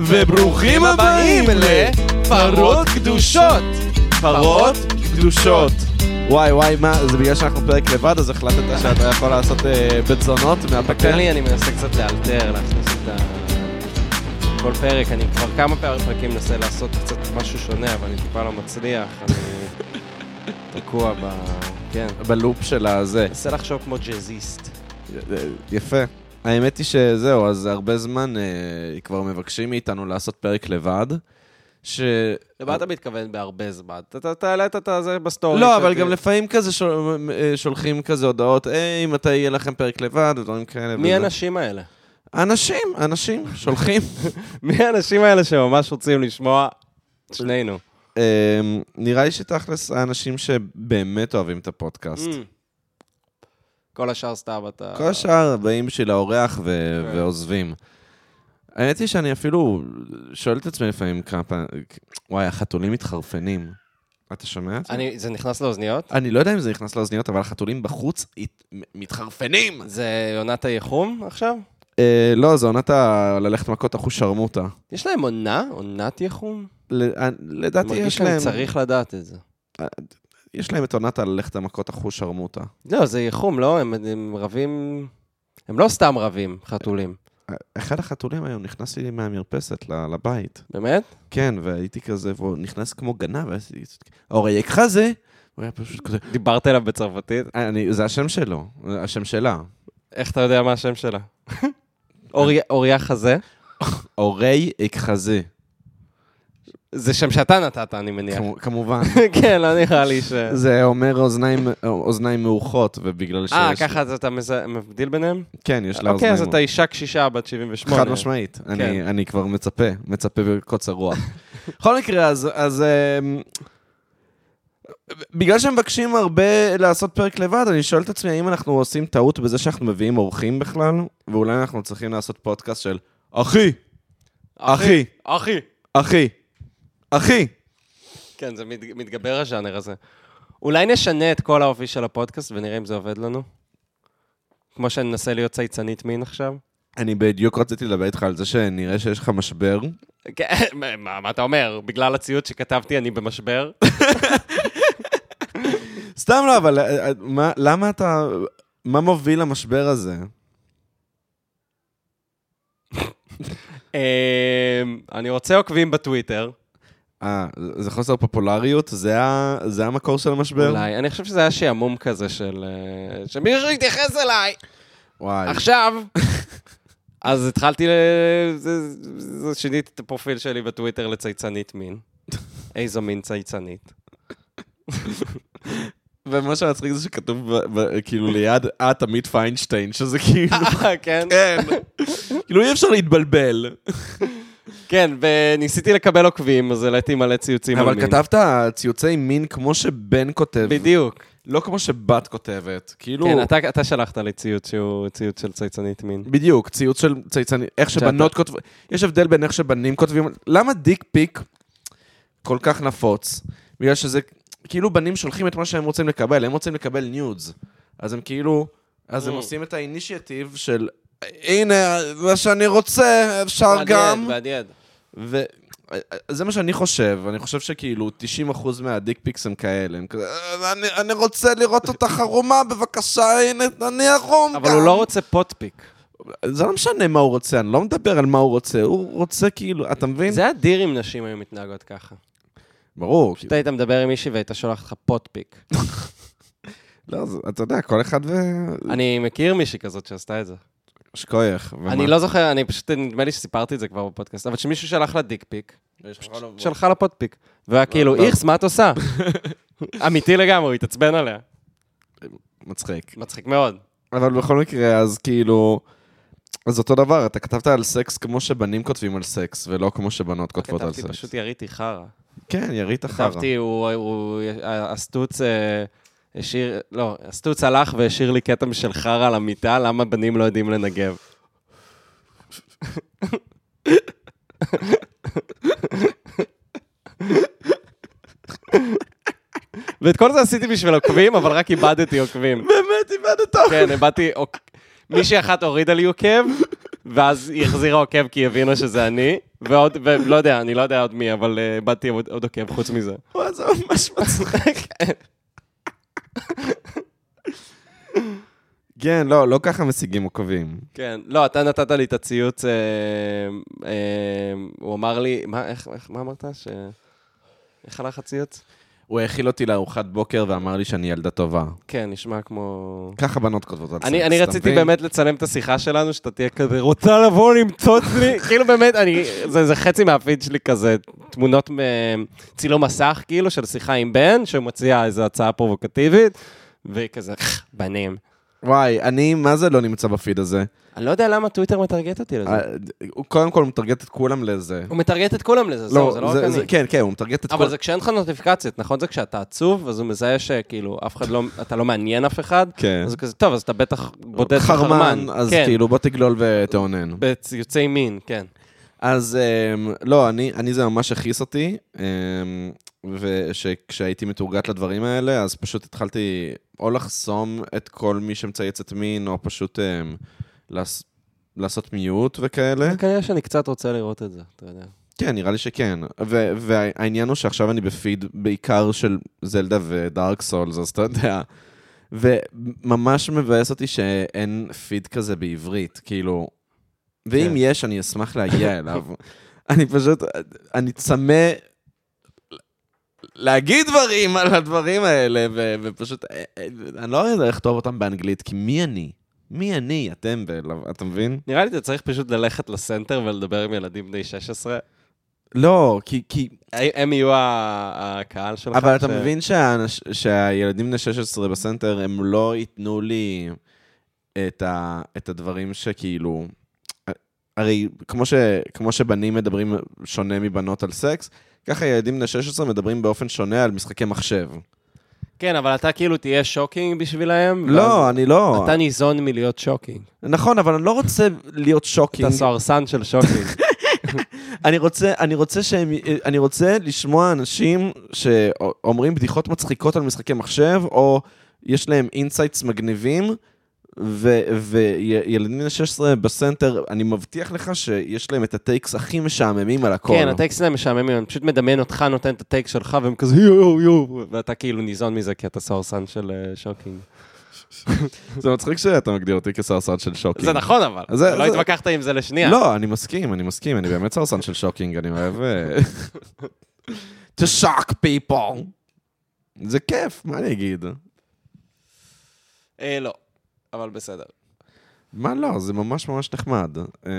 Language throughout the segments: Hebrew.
וברוכים הבאים לפרות קדושות. פרות קדושות. וואי, מה, זה בגלל שאנחנו פרק לבד, אז החלטת שאתה יכול לעשות בצונות מהפקר? לי, אני מנסה קצת לאלתר, להכניס את כל פרק, אני כבר כמה פרקים מנסה לעשות קצת משהו שונה, אבל אני טיפה לא מצליח, אני תקוע בלופ של הזה. מנסה לחשוב כמו ג'אזיסט. יפה. האמת היא שזהו, אז הרבה זמן כבר מבקשים מאיתנו לעשות פרק לבד. למה אתה מתכוון בהרבה זמן? אתה העלית את זה בסטורי. לא, אבל גם לפעמים כזה שולחים כזה הודעות, אם אתה יהיה לכם פרק לבד, ודברים כאלה. מי האנשים האלה? אנשים, שולחים. מי האנשים האלה שממש רוצים לשמוע שנינו? נראה לי שתכלס האנשים שבאמת אוהבים את הפודקאסט. כל השאר סתם אתה... כל השאר באים בשביל האורח ועוזבים. האמת היא שאני אפילו שואל את עצמי לפעמים כמה פעמים, וואי, החתולים מתחרפנים. אתה שומע את זה? זה נכנס לאוזניות? אני לא יודע אם זה נכנס לאוזניות, אבל החתולים בחוץ מתחרפנים. זה עונת היחום עכשיו? לא, זה עונת ללכת מכות אחו שרמוטה. יש להם עונת יחום? לדעתי יש להם... מרגיש שאני צריך לדעת את זה. יש להם את עונת ללכת מכות אחו שרמוטה. לא, זה יחום, לא? הם רבים... הם לא סתם רבים, חתולים. אחד החתולים היום נכנס לי מהמרפסת לבית. באמת? כן, והייתי כזה, והוא נכנס כמו גנב, אורי יקחה זה, הוא היה פשוט כזה... דיברת אליו בצרפתית? זה השם שלו, השם שלה. איך אתה יודע מה השם שלה? אוריה חזה? אורי יקחה זה. זה שם שאתה נתת, אני מניח. כמובן. כן, לא נראה לי ש... זה אומר אוזניים מאוחות, ובגלל שיש... ככה אתה מבדיל ביניהם? כן, יש לה אוזניים. אוקיי, אז אתה אישה קשישה בת 78. חד משמעית. אני כבר מצפה בקוצר רוח. בכל מקרה, אז... בגלל שהם מבקשים הרבה לעשות פרק לבד, אני שואל את עצמי, האם אנחנו עושים טעות בזה שאנחנו מביאים אורחים בכלל, ואולי אנחנו צריכים לעשות פודקאסט של אחי. כן, זה מתגבר הז'אנר הזה. אולי נשנה את כל האופי של הפודקאסט ונראה אם זה עובד לנו. כמו שאני אנסה להיות צייצנית מין עכשיו. אני בדיוק רציתי לדבר איתך על זה שנראה שיש לך משבר. כן, מה אתה אומר? בגלל הציוץ שכתבתי אני במשבר? סתם לא, אבל למה אתה... מה מוביל למשבר הזה? אני רוצה עוקבים בטוויטר. זה חוסר פופולריות? זה המקור של המשבר? אולי, אני חושב שזה היה שעמום כזה של... שמישהו יתייחס אליי! וואי. עכשיו, אז התחלתי שיניתי את הפרופיל שלי בטוויטר לצייצנית מין. איזו מין צייצנית. ומה שמצחיק זה שכתוב כאילו ליד עמית פיינשטיין, שזה כאילו... כן? כן. כאילו אי אפשר להתבלבל. כן, וניסיתי לקבל עוקבים, אז העליתי מלא ציוצים על מין. אבל כתבת ציוצי מין כמו שבן כותב. בדיוק. לא כמו שבת כותבת. כאילו... כן, אתה שלחת לי ציוץ שהוא ציוץ של צייצנית מין. בדיוק, ציוץ של צייצנית, איך שבנות כותבות. יש הבדל בין איך שבנים כותבים. למה דיק פיק כל כך נפוץ? בגלל שזה... כאילו בנים שולחים את מה שהם רוצים לקבל, הם רוצים לקבל ניודס. אז הם כאילו, אז הם עושים את האינישיאטיב של, הנה, מה שאני רוצה, אפשר גם. בעדיד. וזה מה שאני חושב, אני חושב שכאילו 90% מהדיק פיקס הם כאלה, הם כזה, אני רוצה לראות אותך ערומה, בבקשה, הנה, אני ערום גם. אבל הוא לא רוצה פוטפיק. זה לא משנה מה הוא רוצה, אני לא מדבר על מה הוא רוצה, הוא רוצה כאילו, אתה מבין? זה אדיר אם נשים היו מתנהגות ככה. ברור. שאתה היית מדבר עם מישהי והיית שולח לך פוטפיק. לא, אתה יודע, כל אחד אני מכיר מישהי כזאת שעשתה את זה. שכוייך. אני לא זוכר, אני פשוט נדמה לי שסיפרתי את זה כבר בפודקאסט, אבל שמישהו שלח לה דיק פיק, שלחה לה פוטפיק. והיה כאילו, איכס, מה את עושה? אמיתי לגמרי, הוא התעצבן עליה. מצחיק. מצחיק מאוד. אבל בכל מקרה, אז כאילו... אז אותו דבר, אתה כתבת על סקס כמו שבנים כותבים על סקס, ולא כמו שבנות כותבות על סקס. כתבתי פשוט יריתי חרא. כן, ירית חרא. כתבתי, הסטוץ הלך והשאיר לי קטע של חרא על המיטה, למה בנים לא יודעים לנגב. ואת כל זה עשיתי בשביל עוקבים, אבל רק איבדתי עוקבים. באמת איבדת? כן, איבדתי מישהי אחת הורידה לי עוקב, ואז היא החזירה עוקב כי היא הבינה שזה אני, ועוד, ולא יודע, אני לא יודע עוד מי, אבל באתי עוד עוקב חוץ מזה. וואי, זה ממש מצחיק. כן, לא ככה משיגים עוקבים. כן, לא, אתה נתת לי את הציוץ, הוא אמר לי, מה אמרת? איך הלך הציוץ? הוא הכיל אותי לארוחת בוקר ואמר לי שאני ילדה טובה. כן, נשמע כמו... ככה בנות כותבות על סקס. אני רציתי באמת לצלם את השיחה שלנו, שאתה תהיה כזה, רוצה לבוא למצוץ לי? כאילו באמת, זה חצי מהפיד שלי כזה, תמונות צילום מסך, כאילו, של שיחה עם בן, שהוא מציע איזו הצעה פרובוקטיבית, וכזה, בנים. וואי, מה זה לא נמצא בפיד הזה? אני לא יודע למה טוויטר מטרגט אותי לזה. קודם כל הוא מטרגט את כולם לזה. הוא מטרגט את כולם לזה, זהו, זה לא רק אני. כן, הוא מטרגט את כולם. אבל זה כשאין לך נוטיפיקציות, נכון? זה כשאתה עצוב, אז הוא מזהה שכאילו, אף אחד לא, אתה לא מעניין אף אחד, אז הוא כזה, טוב, אז אתה בטח בודד חרמן. אז כאילו, בוא תגלול ותעונן. בציוצי מין, כן. אז לא, אני זה ממש הכיס אותי, וכשהייתי מתורגת לדברים האלה, אז פשוט התחלתי או לחסום את כל מי שמצייץ את מין, או פשוט לעשות מיוט וכאלה. כנראה שאני קצת רוצה לראות את זה, אתה יודע. כן, נראה לי שכן. והעניין הוא שעכשיו אני בפיד בעיקר של זלדה ודארק סולס, אז אתה יודע. וממש מבאס אותי שאין פיד כזה בעברית, כאילו... ואם יש, אני אשמח להגיע אליו. אני צמא להגיד דברים על הדברים האלה, ופשוט, אני לא יודע לכתוב אותם באנגלית, כי מי אני? מי אני? אתה מבין? נראה לי אתה צריך פשוט ללכת לסנטר ולדבר עם ילדים בני 16. לא, כי... הם יהיו הקהל שלך. אבל אתה מבין שהילדים בני 16 בסנטר, הם לא ייתנו לי את הדברים שכאילו... הרי כמו שבנים מדברים שונה מבנות על סקס, ככה ילדים בני 16 מדברים באופן שונה על משחקי מחשב. כן, אבל אתה כאילו תהיה שוקינג בשבילהם. לא, אני לא. אתה ניזון מלהיות שוקינג. נכון, אבל אני לא רוצה להיות שוקינג. אתה סוהרסן של שוקינג. אני רוצה לשמוע אנשים שאומרים בדיחות מצחיקות על משחקי מחשב, או יש להם אינסייטס מגניבים, וילדים בני 16 בסנטר, אני מבטיח לך שיש להם את הטייקס הכי משעממים על הכל. כן, הטייקס שלהם משעממים, אני פשוט מדמיין אותך נותן את הטייקס שלך, והם כזה יו, ואתה כאילו ניזון מזה, כי אתה סוהרסן של שוקינג. זה מצחיק שאתה מגדיר אותי כסוהרסן של שוקינג. זה נכון, אבל. לא התווכחת עם זה לשנייה. לא, אני מסכים, אני באמת סוהרסן של שוקינג, אני אוהב... To shock people. זה כיף, מה אני אגיד? לא. אבל בסדר. מה לא? זה ממש ממש נחמד.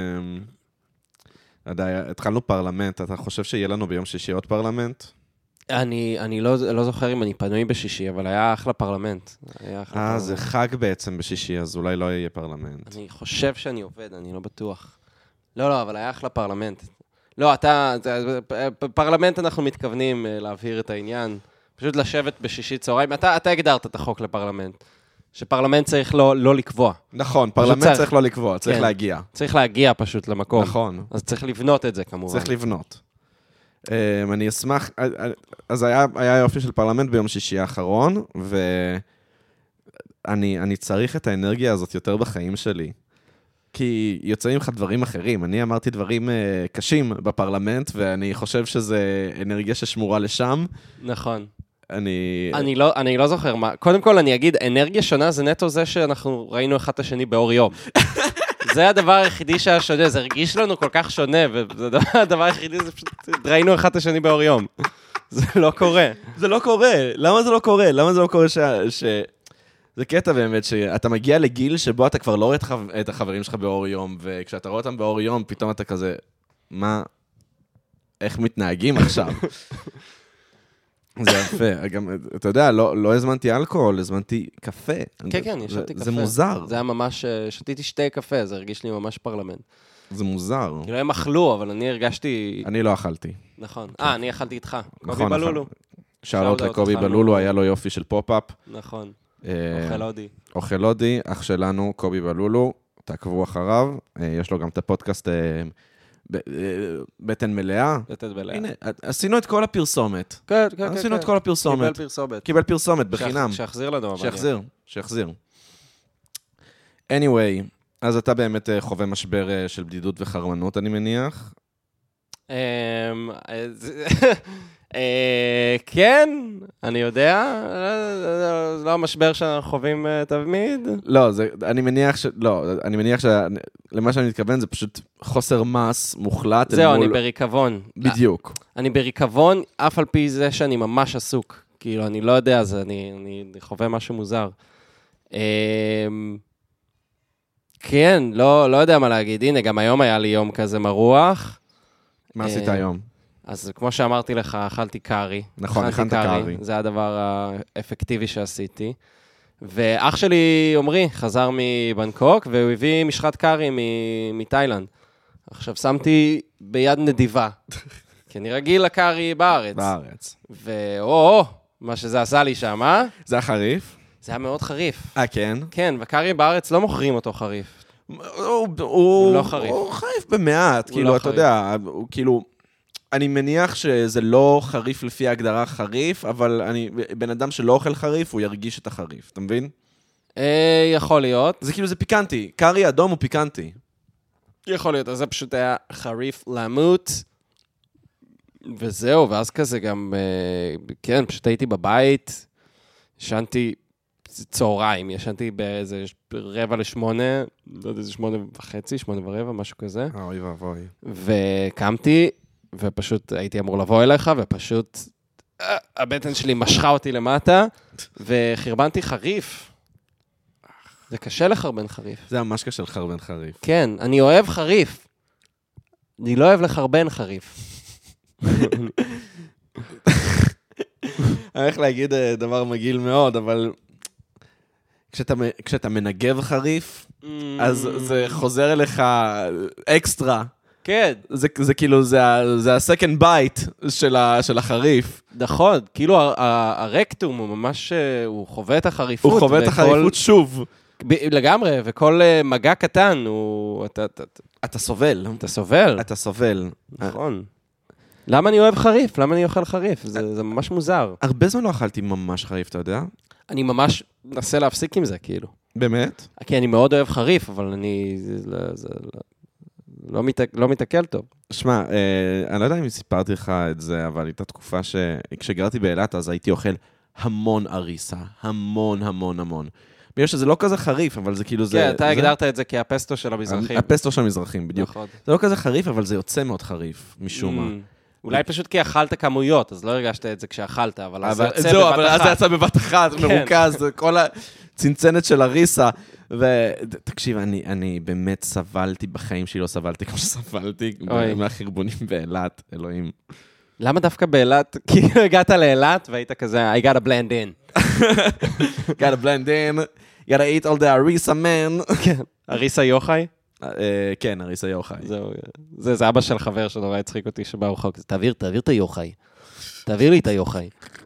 התחלנו פרלמנט, אתה חושב שיהיה לנו ביום שישי עוד פרלמנט? אני לא זוכר אם אני פנוי בשישי, אבל היה אחלה פרלמנט. זה חג בעצם בשישי, אז אולי לא יהיה פרלמנט. אני חושב שאני עובד, אני לא בטוח. לא, אבל היה אחלה פרלמנט. לא, פרלמנט אנחנו מתכוונים להבהיר את העניין. פשוט לשבת בשישי צהריים. אתה הגדרת את החוק לפרלמנט. שפרלמנט צריך לא לקבוע. נכון, פרלמנט צריך לא לקבוע, צריך להגיע. צריך להגיע פשוט למקום. נכון. אז צריך לבנות את זה כמובן. צריך לבנות. אני אשמח, אז היה יופי של פרלמנט ביום שישי האחרון, ואני צריך את האנרגיה הזאת יותר בחיים שלי. כי יוצאים לך דברים אחרים. אני אמרתי דברים קשים בפרלמנט, ואני חושב שזה אנרגיה ששמורה לשם. נכון. אני לא זוכר מה. קודם כל אני אגיד, אנרגיה שונה זה נטו זה שאנחנו ראינו אחד את השני באור יום. זה הדבר היחידי שהיה שונה, זה הרגיש לנו כל כך שונה, והדבר היחידי זה פשוט ראינו אחד את השני באור יום. זה לא קורה. זה לא קורה. למה זה לא קורה? למה זה לא קורה זה קטע באמת שאתה מגיע לגיל שבו אתה כבר לא רואה את החברים שלך באור יום, וכשאתה רואה אותם באור יום, פתאום אתה כזה, מה? איך מתנהגים עכשיו? זה יפה, גם, אתה יודע, לא הזמנתי אלכוהול, הזמנתי קפה. כן, ישבתי קפה. זה מוזר. זה היה ממש, שתיתי 2 קפה, זה הרגיש לי ממש פרלמנט. זה מוזר. כאילו הם אכלו, אבל אני הרגשתי... אני לא אכלתי. נכון. אני אכלתי איתך. קובי בלולו. שאלות לקובי בלולו, היה לו יופי של פופ-אפ. נכון. אוכל הודי. אוכל הודי, אח שלנו, קובי בלולו, תעקבו אחריו, יש לו גם את הפודקאסט בטן מלאה. בטן מלאה. הנה, עשינו את כל הפרסומת. כן. עשינו את כל הפרסומת. קיבל פרסומת, בחינם. שיחזיר לנו. שיחזיר. anyway, אז אתה באמת חווה משבר של בדידות וחרמנות, אני מניח. כן, אני יודע, זה לא המשבר שאנחנו חווים תמיד. לא, אני מניח למה שאני מתכוון זה פשוט חוסר מס מוחלט. זהו, אני בריקבון. בדיוק. אני בריקבון, אף על פי זה שאני ממש עסוק. כאילו, אני לא יודע, אני חווה משהו מוזר. כן, לא יודע מה להגיד. הנה, גם היום היה לי יום כזה מרוח. מה עשית היום? אז כמו שאמרתי לך, אכלתי קארי. נכון, הכנת קארי. זה הדבר האפקטיבי שעשיתי. ואח שלי, עומרי, חזר מבנקוק, והוא הביא משחת קארי מתאילנד. עכשיו, שמתי ביד נדיבה, כי אני רגיל לקארי בארץ. מה שזה עשה לי שם, אה? זה היה חריף? זה היה מאוד חריף. כן? כן, וקארי בארץ לא מוכרים אותו חריף. הוא לא חריף. הוא חריף במעט, כאילו, אתה יודע, הוא כאילו... אני מניח שזה לא חריף לפי ההגדרה חריף, אבל בן אדם שלא אוכל חריף, הוא ירגיש את החריף, אתה מבין? יכול להיות. זה כאילו, זה פיקנטי. קארי אדום הוא פיקנטי. יכול להיות, אז זה פשוט היה חריף למות, וזהו, ואז כזה גם, כן, פשוט הייתי בבית, ישנתי צהריים, ישנתי באיזה 7:45, לא יודע, איזה 8:30, 8:15, משהו כזה. אוי ואבוי. וקמתי, ופשוט הייתי אמור לבוא אליך, ופשוט הבטן שלי משכה אותי למטה, וחרבנתי חריף. זה קשה לחרבן חריף. זה ממש קשה לחרבן חריף. כן, אני אוהב חריף. אני לא אוהב לחרבן חריף. אני הולך להגיד דבר מגעיל מאוד, אבל כשאתה מנגב חריף, אז זה חוזר אליך אקסטרה. כן. זה כאילו, זה ה-second bite של החריף. נכון, כאילו הרקטום הוא ממש, הוא חווה את החריפות. הוא חווה את החריפות שוב. לגמרי, וכל מגע קטן הוא... אתה סובל. אתה סובל. אתה סובל. נכון. למה אני אוהב חריף? למה אני אוכל חריף? זה ממש מוזר. הרבה זמן לא אכלתי ממש חריף, אתה יודע? אני ממש מנסה להפסיק עם זה, כאילו. באמת? כי אני מאוד אוהב חריף, אבל אני... לא מתעכל טוב. שמע, אני לא יודע אם סיפרתי לך את זה, אבל הייתה תקופה שכשגרתי באילת, אז הייתי אוכל המון אריסה. המון. בגלל שזה לא כזה חריף, אבל זה כאילו זה... כן, אתה הגדרת את זה כהפסטו של המזרחים. הפסטו של המזרחים, בדיוק. נכון. זה לא כזה חריף, אבל זה יוצא מאוד חריף, משום מה. אולי פשוט כי אכלת כמויות, אז לא הרגשת את זה כשאכלת, אבל אז זה יוצא בבת אחת. זהו, אבל אז זה יצא בבת אחת, מרוכז, כל הצנצנת של אריסה. ותקשיב, אני באמת סבלתי בחיים שלי, לא סבלתי כמו שסבלתי, מהחרבונים באילת, אלוהים. למה דווקא באילת? כי הגעת לאילת והיית כזה, I gotta blend in. gotta blend in, gotta eat all the אריסה man. כן, אריסה יוחאי? כן, אריסה יוחאי. זה אבא של חבר שנורא הצחיק אותי שבא רחוק. תעביר את היוחאי. תעביר לי את היוחאי.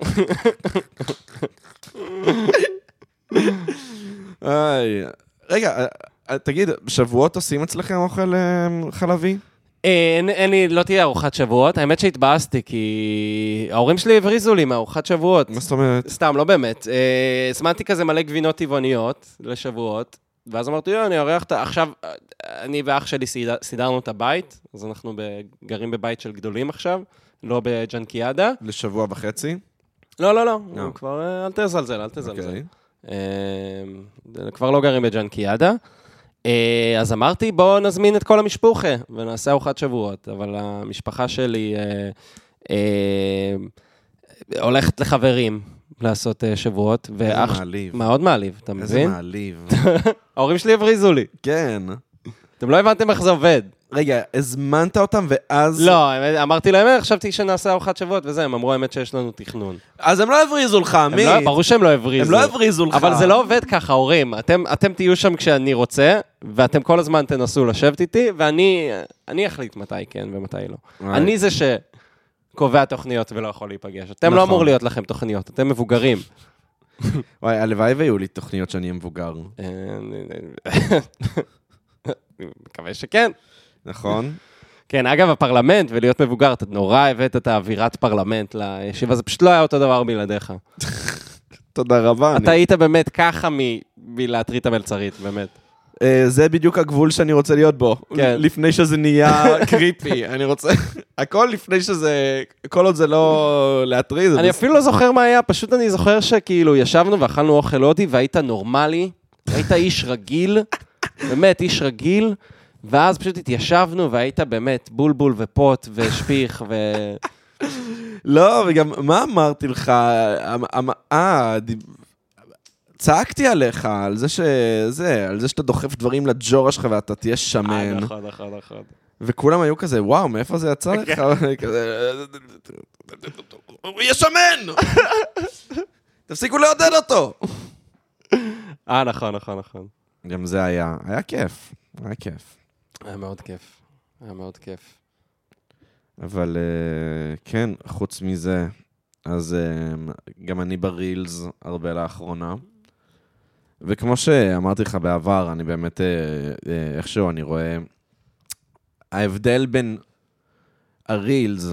רגע, תגיד, שבועות עושים אצלכם אוכל חלבי? אין לי, לא תהיה ארוחת שבועות. האמת שהתבאסתי, כי ההורים שלי הבריזו לי מארוחת שבועות. מה זאת אומרת? סתם, לא באמת. הזמנתי כזה מלא גבינות טבעוניות לשבועות, ואז אמרתי, אני אורח את... עכשיו, אני ואח שלי סידרנו את הבית, אז אנחנו גרים בבית של גדולים עכשיו, לא בג'נקיאדה. לשבוע וחצי? לא, כבר אל תזלזל. כבר לא גרים בג'נקיאדה. אז אמרתי, בואו נזמין את כל המשפחה, ונעשה ארוחת שבועות, אבל המשפחה שלי הולכת לחברים לעשות שבועות. איזה מעליב. מאוד מעליב, אתה מבין? איזה מעליב. ההורים שלי הבריזו לי. כן. אתם לא הבנתם איך זה עובד. רגע, הזמנת אותם ואז... לא, אמרתי להם, חשבתי שנעשה ארוחת שבועות וזה, הם אמרו האמת שיש לנו תכנון. אז הם לא הבריזו לך, מי? ברור שהם לא הבריזו. הם לא הבריזו לך. אבל זה לא עובד ככה, הורים. אתם תהיו שם כשאני רוצה, ואתם כל הזמן תנסו לשבת איתי, ואני אחליט מתי כן ומתי לא. אני זה שקובע תוכניות ולא יכול להיפגש. אתם לא אמור להיות לכם תוכניות, אתם מבוגרים. וואי, הלוואי ויהיו לי תוכניות שאני מבוגר. מקווה שכן. נכון. כן, אגב, הפרלמנט ולהיות מבוגר, אתה נורא הבאת את האווירת פרלמנט לישיבה, זה פשוט לא היה אותו דבר בלעדיך. תודה רבה. אתה היית באמת ככה מלהטריד את המלצרית, באמת. זה בדיוק הגבול שאני רוצה להיות בו. כן. לפני שזה נהיה קריפי. אני רוצה... הכל לפני שזה... כל עוד זה לא להטריד. אני אפילו לא זוכר מה היה, פשוט אני זוכר שכאילו ישבנו ואכלנו אוכל הודי, והיית נורמלי, היית איש רגיל, באמת איש רגיל, ואז פשוט התיישבנו, והיית באמת בולבול ופוט ושפיך לא, וגם מה אמרתי לך? צעקתי עליך על זה שאתה דוחף דברים לג'ורה שלך ואתה תהיה שמן. נכון. וכולם היו כזה, וואו, מאיפה זה יצא לך? כזה, הוא יהיה שמן! תפסיקו לעודד אותו! נכון. גם זה היה כיף. היה מאוד כיף. אבל כן, חוץ מזה, אז גם אני ברילס הרבה לאחרונה. וכמו שאמרתי לך בעבר, אני באמת, איכשהו אני רואה, ההבדל בין הרילס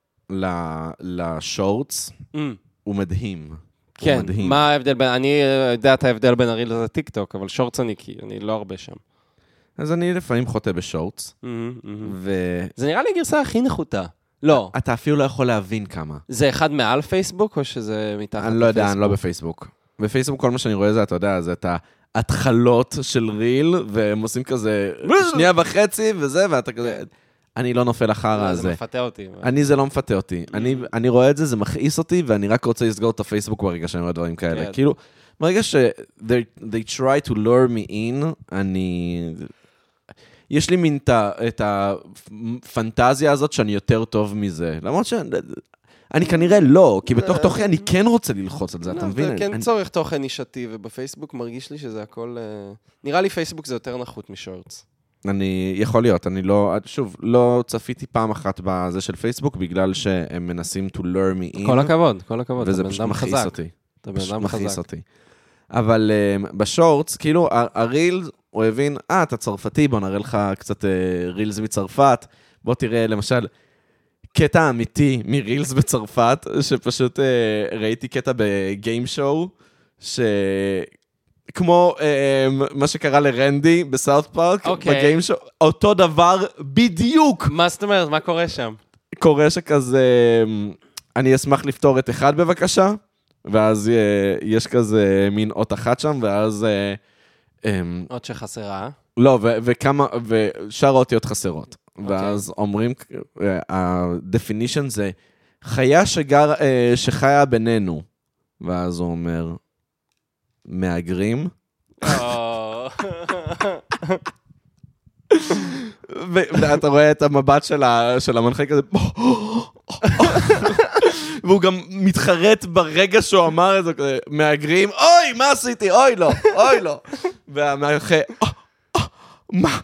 לשורטס הוא מדהים. כן, מה ההבדל בין, אני יודע את ההבדל בין הרילס לטיקטוק, אבל שורטס אני לא הרבה שם. אז אני לפעמים חוטא בשורטס. זה נראה לי הגרסה הכי נחותה. לא. אתה אפילו לא יכול להבין כמה. זה אחד מעל פייסבוק, או שזה מתחת לפייסבוק? אני לא יודע, אני לא בפייסבוק. בפייסבוק כל מה שאני רואה זה, אתה יודע, זה את ההתחלות של ריל, והם עושים כזה 2.5 וזה, ואתה כזה... אני לא נופל אחר הזה. זה מפתה אותי. זה לא מפתה אותי. אני רואה את זה, זה מכעיס אותי, ואני רק רוצה לסגור את הפייסבוק ברגע שאני רואה דברים כאלה. כאילו, ברגע ש... they try to lure me in, יש לי מין את הפנטזיה הזאת שאני יותר טוב מזה. למרות אני כנראה לא, כי בתוך תוכי אני כן רוצה ללחוץ על זה, אתה מבין? זה כן צורך תוכן נישתי, ובפייסבוק מרגיש לי שזה הכל... נראה לי פייסבוק זה יותר נחות משורטס. יכול להיות, אני לא, שוב, לא צפיתי פעם אחת בזה של פייסבוק, בגלל שהם מנסים to lure me in. כל הכבוד. וזה פשוט מכעיס אותי. פשוט מכעיס אותי. אבל בשורטס, כאילו, הרילס, הוא הבין, אתה צרפתי, בוא נראה לך קצת רילס מצרפת, בוא תראה, למשל, קטע אמיתי מרילס בצרפת, שפשוט ראיתי קטע בגיים שואו, כמו מה שקרה לרנדי בסאות' פארק, בגיים שואו, אותו דבר בדיוק. מה זאת אומרת? מה קורה שם? קורה שכזה, אני אשמח לפתור את אחד בבקשה, ואז יש כזה מין אות אחת שם, ואז... עוד שחסרה. לא, ושאר האותיות חסרות. ואז אומרים, ה-definition זה, חיה שחיה בינינו. ואז הוא אומר, מהגרים. ואתה רואה את המבט של המנחה כזה, והוא גם מתחרט ברגע שהוא אמר את זה, מהגרים, אוי, מה עשיתי? אוי לא. והמנחה, מה?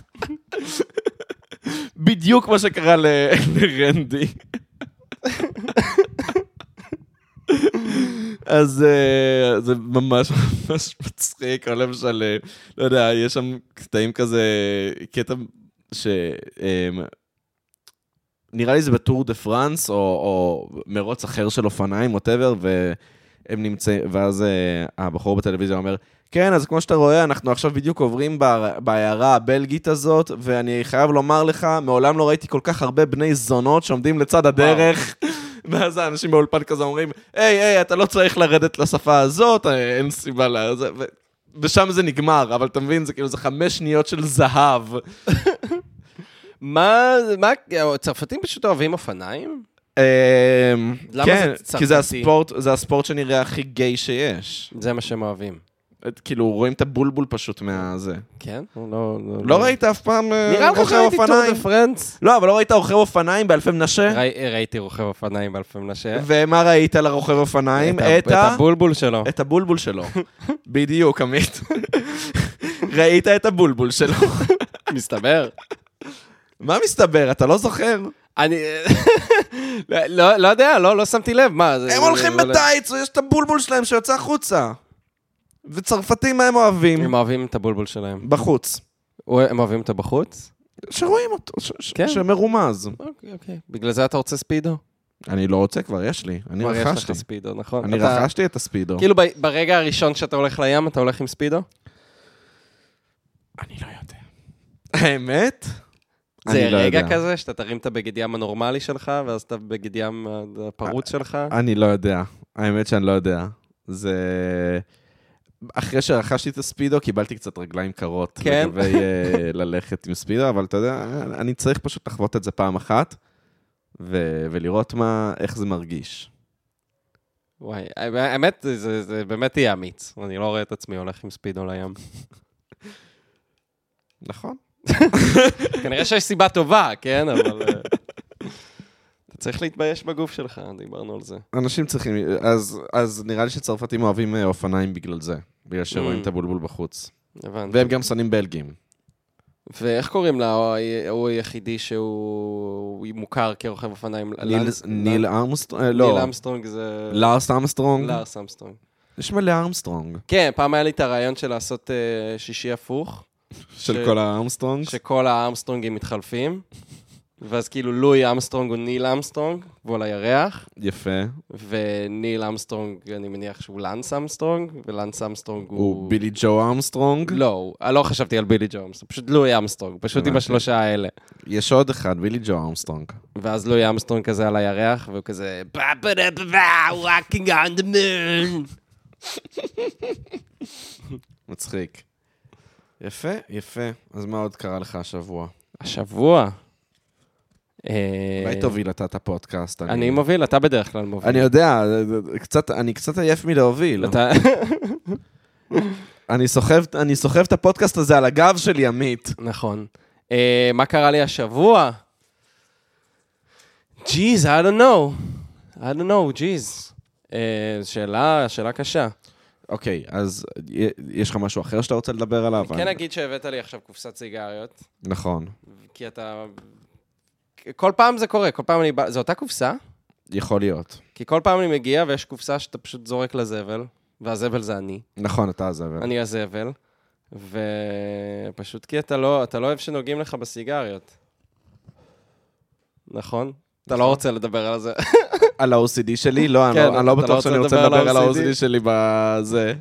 בדיוק מה שקרה לרנדי. אז זה ממש מצחיק, או למשל, לא יודע, יש שם קטעים כזה, קטע נראה לי זה בטור דה פרנס, או מרוץ אחר של אופניים, whatever, והם נמצאים, ואז הבחור בטלוויזיה אומר, כן, אז כמו שאתה רואה, אנחנו עכשיו בדיוק עוברים בעיירה הבלגית הזאת, ואני חייב לומר לך, מעולם לא ראיתי כל כך הרבה בני זונות שעומדים לצד הדרך, ואז האנשים באולפן כזה אומרים, היי, אתה לא צריך לרדת לשפה הזאת, אין סיבה לזה, ושם זה נגמר, אבל אתה מבין, זה כאילו, זה 5 שניות של זהב. מה, צרפתים פשוט אוהבים אופניים? כן, כי זה הספורט שנראה הכי גיי שיש. זה מה שהם אוהבים. כאילו, רואים את הבולבול פשוט מהזה. כן? לא ראית אף פעם נראה לך שראיתי טור דה פרנס? לא, אבל לא ראית רוכב אופניים באלפי מנשה? ראיתי רוכב אופניים באלפי מנשה. ומה ראית לרוכב אופניים? את הבולבול שלו. את הבולבול שלו. בדיוק, עמית. ראית את הבולבול שלו. מסתבר. מה מסתבר? אתה לא זוכר? אני לא יודע, לא שמתי לב. מה? הם הולכים בטייץ, ויש את הבולבול שלהם שיוצא החוצה. וצרפתים מה הם אוהבים? הם אוהבים את הבולבול שלהם. בחוץ. הם אוהבים אותו בחוץ? שרואים אותו, שמרומז. אוקיי. בגלל זה אתה רוצה ספידו? אני לא רוצה, כבר יש לי. אני רכשתי. כבר יש לך ספידו, נכון. אני רכשתי את הספידו. כאילו ברגע הראשון שאתה הולך לים, אתה הולך עם ספידו? אני לא יודע. האמת? זה רגע כזה שאתה תרים את הבגד ים הנורמלי שלך, ואז אתה בגד ים הפרוץ שלך? אני לא יודע. האמת שאני לא יודע. זה... אחרי שרכשתי את הספידו, קיבלתי קצת רגליים קרות. כן. לגבי ללכת עם ספידו, אבל אתה יודע, אני צריך פשוט לחוות את זה פעם אחת, ולראות איך זה מרגיש. וואי, האמת, זה באמת יהיה אמיץ. אני לא רואה את עצמי הולך עם ספידו לים. נכון. כנראה שיש סיבה טובה, כן? אבל... אתה צריך להתבייש בגוף שלך, דיברנו על זה. אנשים צריכים... אז נראה לי שצרפתים אוהבים אופניים בגלל זה. בגלל שרואים את הבולבול בחוץ. הבנתי. והם גם שונאים בלגים. ואיך קוראים לה? הוא היחידי שהוא מוכר כרוכב אופניים. ניל ארמסטרונג? ניל ארמסטרונג זה... לארס ארמסטרונג? לארס ארמסטרונג. יש מלא ארמסטרונג. כן, פעם היה לי את הרעיון של לעשות שישי הפוך. של כל הארמסטרונג? שכל הארמסטרונגים מתחלפים. ואז כאילו לואי ארמסטרונג הוא ניל ארמסטרונג, והוא על הירח. יפה. וניל ארמסטרונג, אני מניח שהוא לנס ארמסטרונג, ולנס ארמסטרונג הוא בילי ג'ו ארמסטרונג? לא, לא חשבתי על בילי ג'ו ארמסטרונג, פשוט לואי ארמסטרונג, פשוט עם השלושה האלה. יש עוד אחד, בילי ג'ו ארמסטרונג. ואז לואי ארמסטרונג כזה על הירח, והוא כזה, walking on the moon. מצחיק. יפה, יפה. אז מה עוד קרה לך השבוע? השבוע? אולי תוביל אתה את הפודקאסט. אני מוביל, אתה בדרך כלל מוביל. אני יודע, אני קצת עייף מלהוביל. אני סוחב את הפודקאסט הזה על הגב שלי, עמית. נכון. מה קרה לי השבוע? Jeez, I don't know, jeez. שאלה קשה. אוקיי, אז יש לך משהו אחר שאתה רוצה לדבר עליו? כן אגיד שהבאת לי עכשיו קופסת סיגריות. נכון. כי אתה... כל פעם זה קורה, כל פעם אני בא... זו אותה קופסה? יכול להיות. כי כל פעם אני מגיע ויש קופסה שאתה פשוט זורק לזבל, והזבל זה אני. נכון, אתה הזבל. אני הזבל, ופשוט כי אתה לא אוהב שנוגעים לך בסיגריות. נכון? אתה לא רוצה לדבר על זה. על ה-OCD שלי? לא, אני לא בטוח שאני רוצה לדבר על ה-OCD שלי בזה.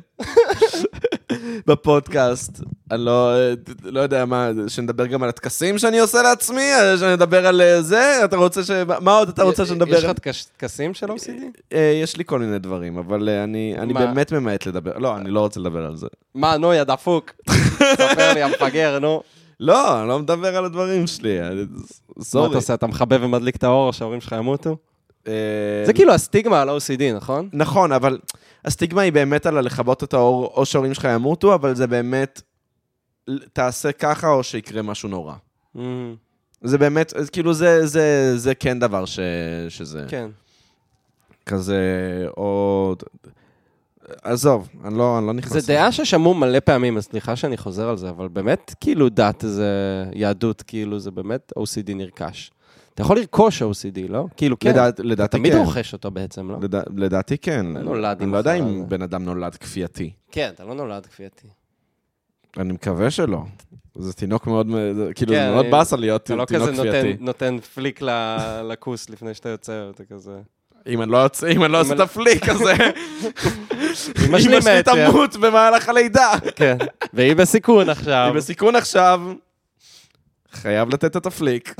בפודקאסט. אני לא יודע מה, שנדבר גם על התקסים שאני עושה לעצמי, שנדבר על זה, אתה רוצה מה עוד אתה רוצה שנדבר? יש לך תקסים של OCD? יש לי כל מיני דברים, אבל אני באמת ממעט לדבר. לא, אני לא רוצה לדבר על זה. מה, נו, יא דפוק. ספר לי, המפגר, נו. לא, אני לא מדבר על הדברים שלי. מה אתה עושה? אתה מחבב ומדליק את האור שההורים שלך ימותו? זה כאילו הסטיגמה על OCD, נכון? נכון, אבל הסטיגמה היא באמת על לכבות את האור, או שההורים שלך ימותו, אבל זה באמת, תעשה ככה או שיקרה משהו נורא. זה באמת, כאילו זה כן דבר שזה... כן. כזה, או... עזוב, אני לא נכנס. זה דעה ששמעו מלא פעמים, אז סליחה שאני חוזר על זה, אבל באמת כאילו דת זה יהדות, כאילו זה באמת OCD נרכש. אתה יכול לרכוש OCD, לא? כאילו כן. לדעתי כן. אתה תמיד רוכש אותו בעצם, לא? לדעתי כן. אני לא יודע אם בן אדם נולד כפייתי. כן, אתה לא נולד כפייתי. אני מקווה שלא. זה תינוק מאוד, כאילו זה מאוד באסה להיות תינוק כפייתי. אתה לא כזה נותן פליק לכוס לפני שאתה יוצא, אתה כזה... אם אני לא עושה את הפליק הזה, אמא שלי תמות במהלך הלידה. כן, והיא בסיכון עכשיו. היא בסיכון עכשיו. חייב לתת את הפליק.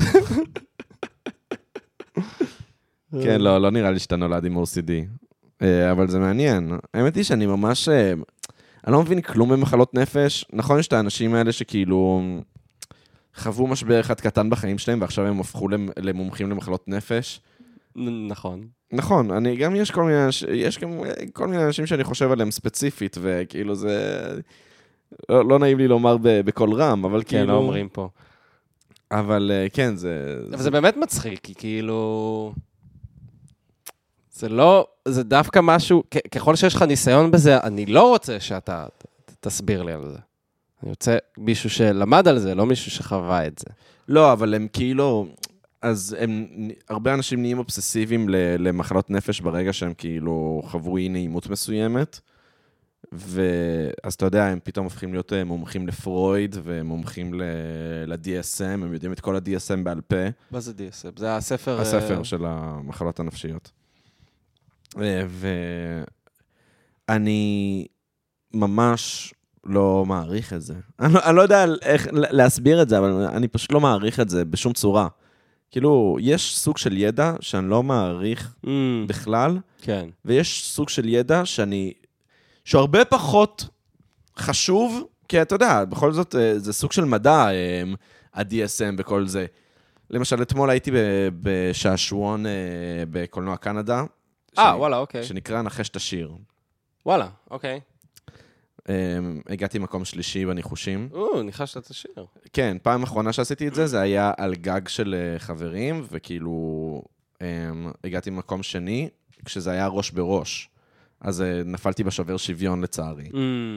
כן, לא נראה לי שאתה נולד עם OCD. אבל זה מעניין. האמת היא שאני ממש... אני לא מבין כלום במחלות נפש. נכון, יש את האנשים האלה שכאילו חוו משבר אחד קטן בחיים שלהם, ועכשיו הם הפכו למומחים למחלות נפש. נכון. נכון, יש גם כל מיני אנשים שאני חושב עליהם ספציפית, וכאילו זה... לא נעים לי לומר בכל רם, אבל כאילו... כן, לא אומרים פה. אבל כן, זה... אבל זה באמת מצחיק, כי כאילו... זה לא... זה דווקא משהו... ככל שיש לך ניסיון בזה, אני לא רוצה שאתה תסביר לי על זה. אני רוצה מישהו שלמד על זה, לא מישהו שחווה את זה. לא, אבל הם כאילו... אז הרבה אנשים נהיים אובססיביים למחלות נפש ברגע שהם כאילו חוו אי נעימות מסוימת, ואז אתה יודע, הם פתאום הופכים להיות מומחים לפרויד, ומומחים ל-DSM, הם יודעים את כל ה-DSM בעל פה. מה זה DSM? זה הספר... הספר של המחלות הנפשיות. ואני ממש לא מעריך את זה. אני לא יודע איך להסביר את זה, אבל אני פשוט לא מעריך את זה בשום צורה. כאילו, יש סוג של ידע שאני לא מעריך בכלל, כן. ויש סוג של ידע שהוא הרבה פחות חשוב, כי אתה יודע, בכל זאת זה סוג של מדע, ה-DSM וכל זה. למשל, אתמול הייתי בשעשועון בקולנוע קנדה. וואלה, אוקיי. שנקרא נחש את השיר. וואלה, אוקיי. הגעתי מקום שלישי בניחושים. ניחשת את השיר. כן, פעם אחרונה שעשיתי את זה, זה היה על גג של חברים, וכאילו הגעתי מקום שני, כשזה היה ראש בראש. אז נפלתי בשובר שוויון לצערי.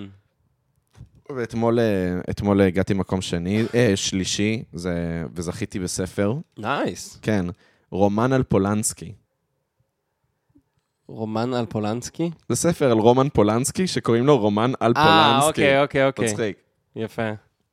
ואתמול הגעתי מקום שלישי, וזכיתי בספר. נייס. כן, רומן על פולנסקי. רומן על פולנסקי? זה ספר על רומן פולנסקי, שקוראים לו רומן על פולנסקי. אוקיי. מצחיק. יפה.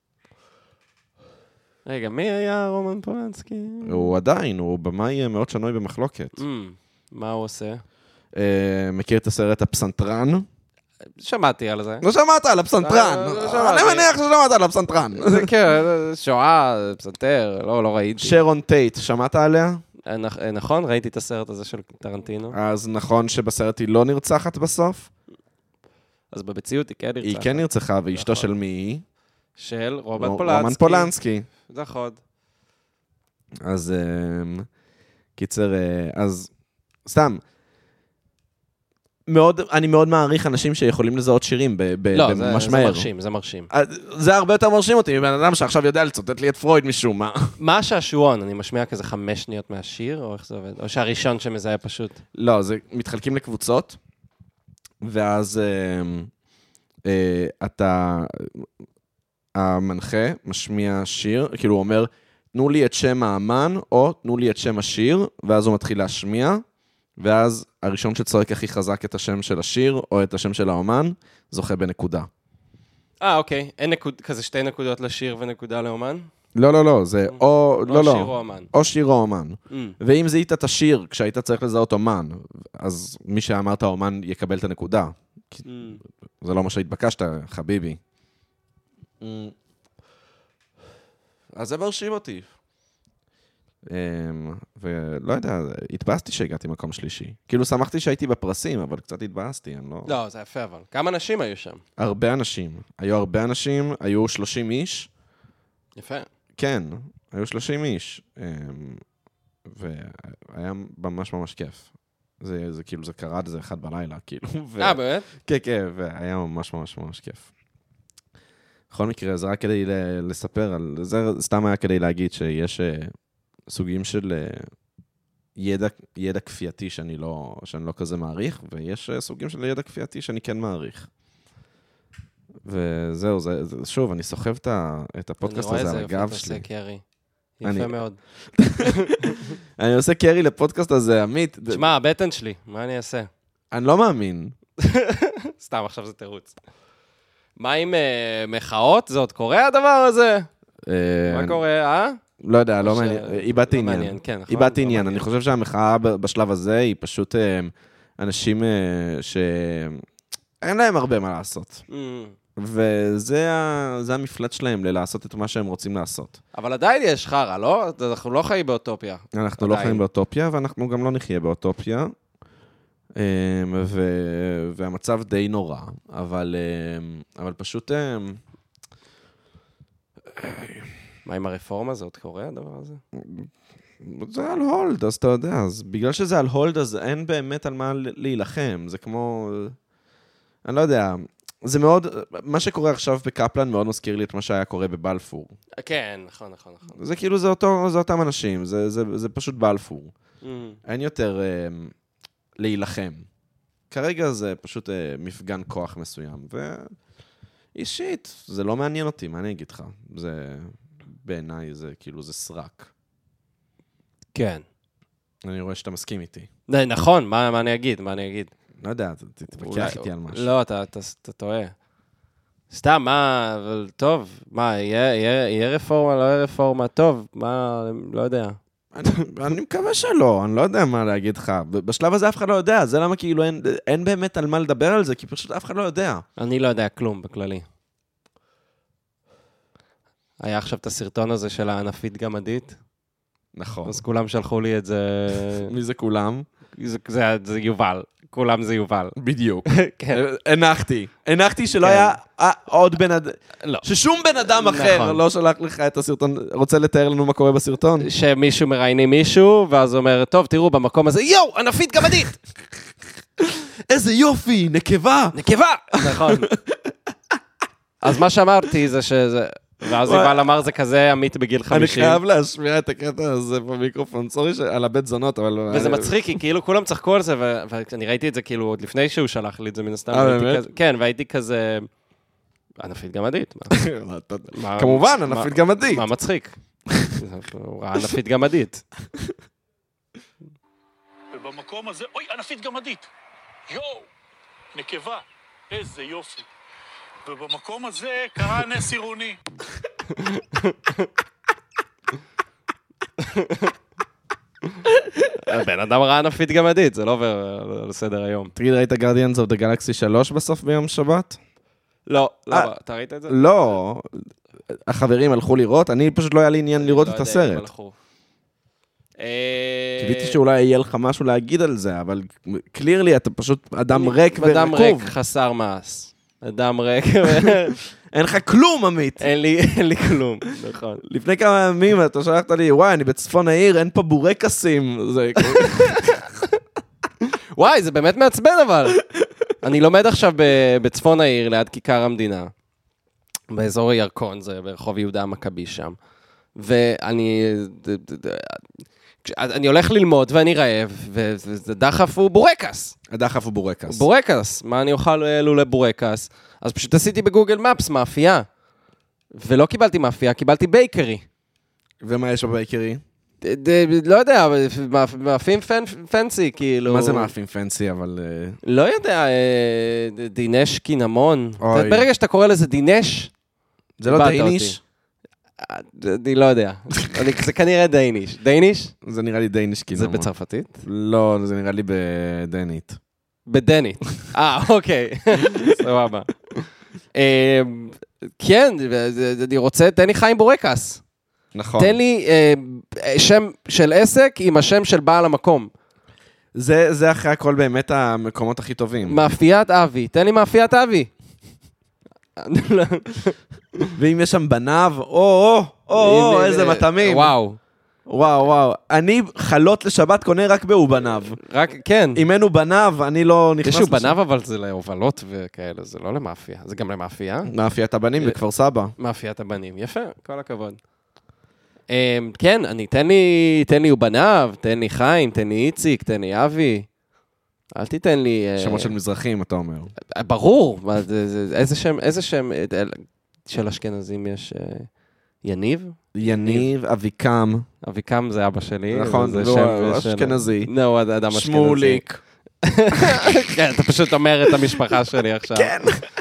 רגע, מי היה רומן פולנסקי? הוא עדיין, הוא במאי מאוד שנוי במחלוקת. מה הוא עושה? מכיר את הסרט הפסנתרן? שמעתי על זה. לא שמעת על הפסנתרן. אני מניח ששמעת על הפסנתרן. כן, שואה, פסנתר, לא ראיתי. שרון טייט, שמעת עליה? נכון, ראיתי את הסרט הזה של טרנטינו. אז נכון שבסרט היא לא נרצחת בסוף? אז במציאות היא כן נרצחת. היא כן נרצחה, ואשתו של מי היא? של רומן פולנסקי. נכון. אז קיצר, אז סתם, אני מאוד מעריך אנשים שיכולים לזהות שירים ממש מהר. לא, זה מרשים. זה הרבה יותר מרשים אותי, מבן אדם שעכשיו יודע לצוטט לי את פרויד משום מה. מה השעשועון? אני משמיע כזה 5 שניות מהשיר, או איך זה עובד? או שהראשון שמזהה פשוט? לא, זה מתחלקים לקבוצות, ואז המנחה משמיע שיר, כאילו הוא אומר, תנו לי את שם האמן, או תנו לי את שם השיר, ואז הוא מתחיל להשמיע, ואז הראשון שצועק הכי חזק את השם של השיר, או את השם של האומן, זוכה בנקודה. אוקיי. אין כזה 2 נקודות לשיר ונקודה לאומן? לא, זה או... או שיר או אומן. או שיר או אומן. ואם זיהית את השיר, כשהיית צריך לזהות אומן, אז מי שאמרת אומן יקבל את הנקודה. זה לא מה שהתבקשת, חביבי. אז זה מרשים אותי. ולא יודע, התבאסתי שהגעתי מקום שלישי. כאילו שמחתי שהייתי בפרסים, אבל קצת התבאסתי, אני לא... לא, זה יפה אבל. כמה אנשים היו שם? הרבה אנשים. היו הרבה אנשים, היו 30 איש. יפה. כן, היו 30 איש. והיה ממש ממש כיף. זה כאילו, זה קרה עד איזה 1 בלילה, כאילו. באמת? כן, והיה ממש ממש ממש כיף. בכל מקרה, זה רק כדי לספר על... זה סתם היה כדי להגיד שיש סוגים של ידע כפייתי שאני לא כזה מעריך, ויש סוגים של ידע כפייתי שאני כן מעריך. וזהו, שוב, אני סוחב את הפודקאסט הזה על הגב שלי. אני רואה איזה יפה קרי. יפה מאוד. אני עושה קרי לפודקאסט הזה, עמית. תשמע, הבטן שלי, מה אני אעשה? אני לא מאמין. סתם, עכשיו זה תירוץ. מה עם מחאות? זה עוד קורה הדבר הזה? מה קורה, לא יודע, לא מעניין. איבדתי עניין. איבדתי עניין. אני חושב שהמחאה בשלב הזה היא פשוט אנשים שאין להם הרבה מה לעשות. וזה המפלט שלהם ללעשות את מה שהם רוצים לעשות. אבל עדיין יש חרא, לא? אנחנו לא חיים באוטופיה. אנחנו לא חיים באוטופיה, ואנחנו גם לא נחיה באוטופיה. והמצב די נורא, אבל פשוט... מה עם הרפורמה? זה עוד קורה, הדבר הזה? זה על הולד, אז אתה יודע, אז בגלל שזה על הולד, אז אין באמת על מה להילחם, זה כמו... אני לא יודע, זה מאוד... מה שקורה עכשיו בקפלן מאוד מזכיר לי את מה שהיה קורה בבלפור. כן, נכון. זה כאילו, זה אותם אנשים, זה פשוט בלפור. אין יותר... להילחם. כרגע זה פשוט מפגן כוח מסוים, ואישית, זה לא מעניין אותי, מה אני אגיד לך? זה, בעיניי, זה כאילו, זה סרק. כן. אני רואה שאתה מסכים איתי. נכון, מה אני אגיד? לא יודע, תתווכח איתי על משהו. לא, אתה טועה. סתם, מה, אבל טוב, מה, יהיה רפורמה, לא יהיה רפורמה, טוב, מה, לא יודע. אני מקווה שלא, אני לא יודע מה להגיד לך. בשלב הזה אף אחד לא יודע, זה למה כאילו אין באמת על מה לדבר על זה, כי פשוט אף אחד לא יודע. אני לא יודע כלום בכללי. היה עכשיו את הסרטון הזה של הענפית גמדית, נכון. אז כולם שלחו לי את זה... מי זה כולם? זה יובל. כולם זה יובל. בדיוק. כן. הנחתי שלא היה עוד בן אדם, לא. ששום בן אדם אחר לא שלח לך את הסרטון. רוצה לתאר לנו מה קורה בסרטון? שמישהו מראייני מישהו, ואז אומר, טוב, תראו, במקום הזה, יואו, ענפית גמדית! איזה יופי, נקבה! נקבה! נכון. אז מה שאמרתי זה שזה... ואז יובל אמר, זה כזה עמית בגיל 50. אני חייב להשמיע את הקטע הזה במיקרופון, סורי על הבית זונות, אבל... וזה מצחיק, כי כאילו כולם צחקו על זה, ואני ראיתי את זה כאילו עוד לפני שהוא שלח לי את זה מן הסתם. באמת? כן, והייתי כזה... ענפית גמדית. כמובן, ענפית גמדית. מה מצחיק? הוא ראה ענפית גמדית. ובמקום הזה, אוי, ענפית גמדית. יואו, נקבה, איזה יופי. ובמקום הזה קרה נס עירוני. בן אדם ראה ענפית גמדית, זה לא עובר על סדר היום. תגיד, ראית Guardians of the Galaxy 3 בסוף ביום שבת? לא, אתה ראית את זה? לא, החברים הלכו לראות, אני פשוט לא היה לי עניין לראות את הסרט. קיוויתי שאולי יהיה לך משהו להגיד על זה, אבל קלירלי אתה פשוט אדם ריק ורקוב. אדם ריק, חסר מעש. אדם ריק. אין לך כלום, עמית. אין לי כלום, נכון. לפני כמה ימים אתה שלחת לי, וואי, אני בצפון העיר, אין פה בורקסים. וואי, זה באמת מעצבן אבל. אני לומד עכשיו בצפון העיר, ליד כיכר המדינה. באזור הירקון, זה ברחוב יהודה המכבי שם. ואני הולך ללמוד ואני רעב, ודחף הוא בורקס. הדחף הוא בורקס. בורקס, מה אני אוכל לולא בורקס? אז פשוט עשיתי בגוגל מפס מאפייה. ולא קיבלתי מאפייה, קיבלתי בייקרי. ומה יש בבייקרי? לא יודע, מאפים פנסי, כאילו. מה זה מאפים פנסי, אבל... לא יודע, דינש קינמון. ברגע שאתה קורא לזה דינש... זה לא דייניש? אני לא יודע. זה כנראה דייניש. דייניש? זה נראה לי דייניש קינמון. זה בצרפתית? לא, זה נראה לי בדנית. בדנית. אוקיי. סבבה. כן, אני רוצה, תן לי חיים בורקס. נכון. תן לי שם של עסק עם השם של בעל המקום. זה אחרי הכל באמת המקומות הכי טובים. מאפיית אבי. תן לי מאפיית אבי. ואם יש שם בנב, איזה מטעמים. וואו. וואו. אני חלות לשבת קונה רק באו בנב. רק, כן. אם אינו בנב, אני לא נכנס לשם. יש בנב, אבל זה להובלות וכאלה, זה לא למאפיה. זה גם למאפייה. מאפיית הבנים בכפר סבא. מאפיית הבנים, יפה, כל הכבוד. כן, תן לי הוא בנב, תן לי חיים, תן לי איציק, תן לי אבי. אל תיתן לי... שמות של מזרחים, אתה אומר. ברור. איזה שם של אשכנזים יש? יניב? יניב, אביקם. אביקם זה אבא שלי. נכון, הוא אשכנזי. לא, הוא אדם אשכנזי. שמוליק. כן, אתה פשוט אומר את המשפחה שלי עכשיו. כן.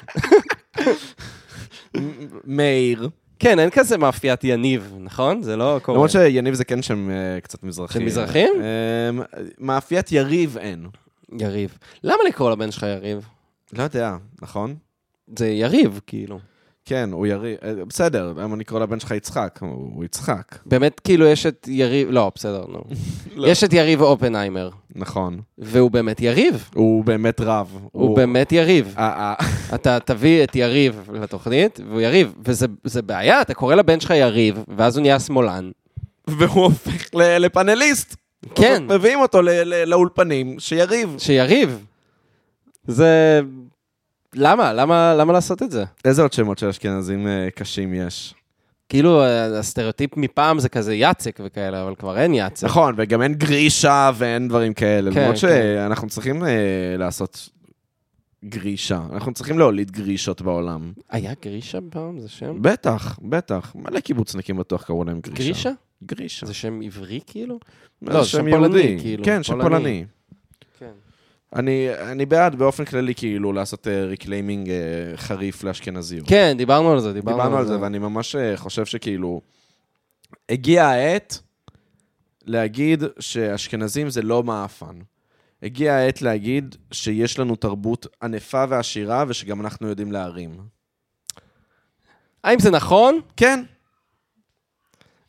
מאיר. כן, אין כזה מאפיית יניב, נכון? זה לא קורה. למרות שיניב זה כן שם קצת מזרחי. של מזרחים? מאפיית יריב אין. יריב. למה לקרוא לבן שלך יריב? לא יודע, נכון? זה יריב, כאילו. כן, הוא יריב. בסדר, למה נקרוא לבן שלך יצחק? הוא יצחק. באמת, כאילו, יש את יריב... לא, בסדר, נו. יש את יריב אופנהיימר. נכון. והוא באמת יריב. הוא באמת רב. הוא באמת יריב. אתה תביא את יריב לתוכנית, והוא יריב. וזה בעיה, אתה קורא לבן שלך יריב, ואז הוא נהיה שמאלן. והוא הופך לפאנליסט. כן. מביאים אותו לאולפנים, שיריב. שיריב. זה... למה לעשות את זה? איזה עוד שמות של אשכנזים קשים יש? כאילו, הסטריאוטיפ מפעם זה כזה יצק וכאלה, אבל כבר אין יצק. נכון, וגם אין גרישה ואין דברים כאלה. כן, למרות שאנחנו צריכים לעשות גרישה. אנחנו צריכים להוליד גרישות בעולם. היה גרישה פעם? זה שם? בטח. מלא קיבוצניקים בטוח קראו להם גרישה. גרישה? גרישה. זה שם עברי כאילו? לא, זה שם יהודי. כן, שם פולני. כן. אני בעד באופן כללי כאילו לעשות ריקליימינג חריף לאשכנזיות. כן, דיברנו על זה, דיברנו על זה, ואני ממש חושב שכאילו, הגיע העת להגיד שאשכנזים זה לא מאפן. הגיע העת להגיד שיש לנו תרבות ענפה ועשירה, ושגם אנחנו יודעים להרים. האם זה נכון? כן.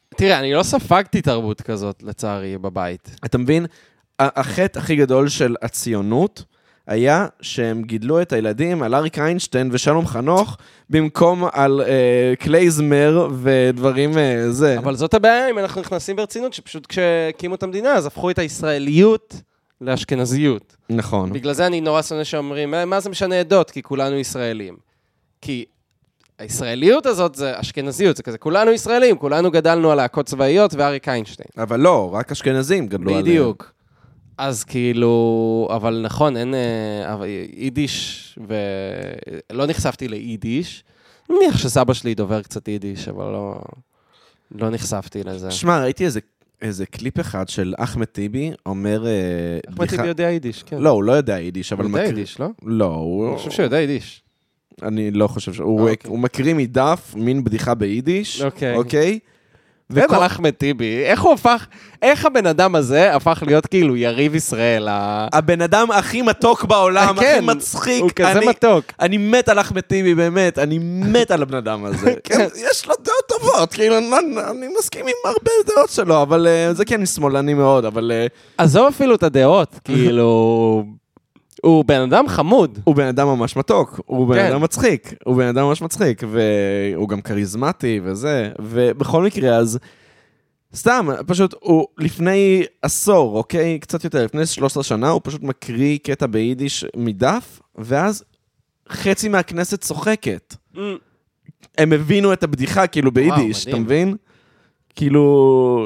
תראה, אני לא ספגתי תרבות כזאת, לצערי, בבית. אתה מבין? החטא הכי גדול של הציונות היה שהם גידלו את הילדים על אריק איינשטיין ושלום חנוך, במקום על קלייזמר ודברים זה. אבל זאת הבעיה אם אנחנו נכנסים ברצינות, שפשוט כשהקימו את המדינה, אז הפכו את הישראליות לאשכנזיות. נכון. בגלל זה אני נורא שונא שאומרים, מה זה משנה עדות? כי כולנו ישראלים. כי הישראליות הזאת זה אשכנזיות, זה כזה, כולנו ישראלים, כולנו גדלנו על להקות צבאיות ואריק איינשטיין. אבל לא, רק אשכנזים גדלו עליהם. בדיוק. אז כאילו, אבל נכון, אין יידיש, ולא נחשפתי ליידיש. אני מניח שסבא שלי דובר קצת יידיש, אבל לא נחשפתי לזה. שמע, ראיתי איזה קליפ אחד של אחמד טיבי, אומר... אחמד טיבי יודע יידיש, כן. לא, הוא לא יודע יידיש, אבל... הוא יודע יידיש, לא? לא, הוא... אני חושב שהוא יודע יידיש. אני לא חושב ש... הוא מקריא מדף, מין בדיחה ביידיש, אוקיי? וכל אחמד טיבי, איך הבן אדם הזה הפך להיות כאילו יריב ישראל? הבן אדם הכי מתוק בעולם, הכי מצחיק. הוא כזה מתוק. אני מת על אחמד טיבי, באמת, אני מת על הבן אדם הזה. יש לו דעות טובות, כאילו, אני מסכים עם הרבה דעות שלו, אבל זה כן שמאלני מאוד, אבל... עזוב אפילו את הדעות, כאילו... הוא בן אדם חמוד. הוא בן אדם ממש מתוק, הוא בן אדם מצחיק, הוא בן אדם ממש מצחיק, והוא גם קריזמטי וזה, ובכל מקרה אז, סתם, פשוט הוא לפני עשור, אוקיי? קצת יותר, לפני 13 שנה, הוא פשוט מקריא קטע ביידיש מדף, ואז חצי מהכנסת צוחקת. הם הבינו את הבדיחה כאילו ביידיש, אתה מבין? כאילו,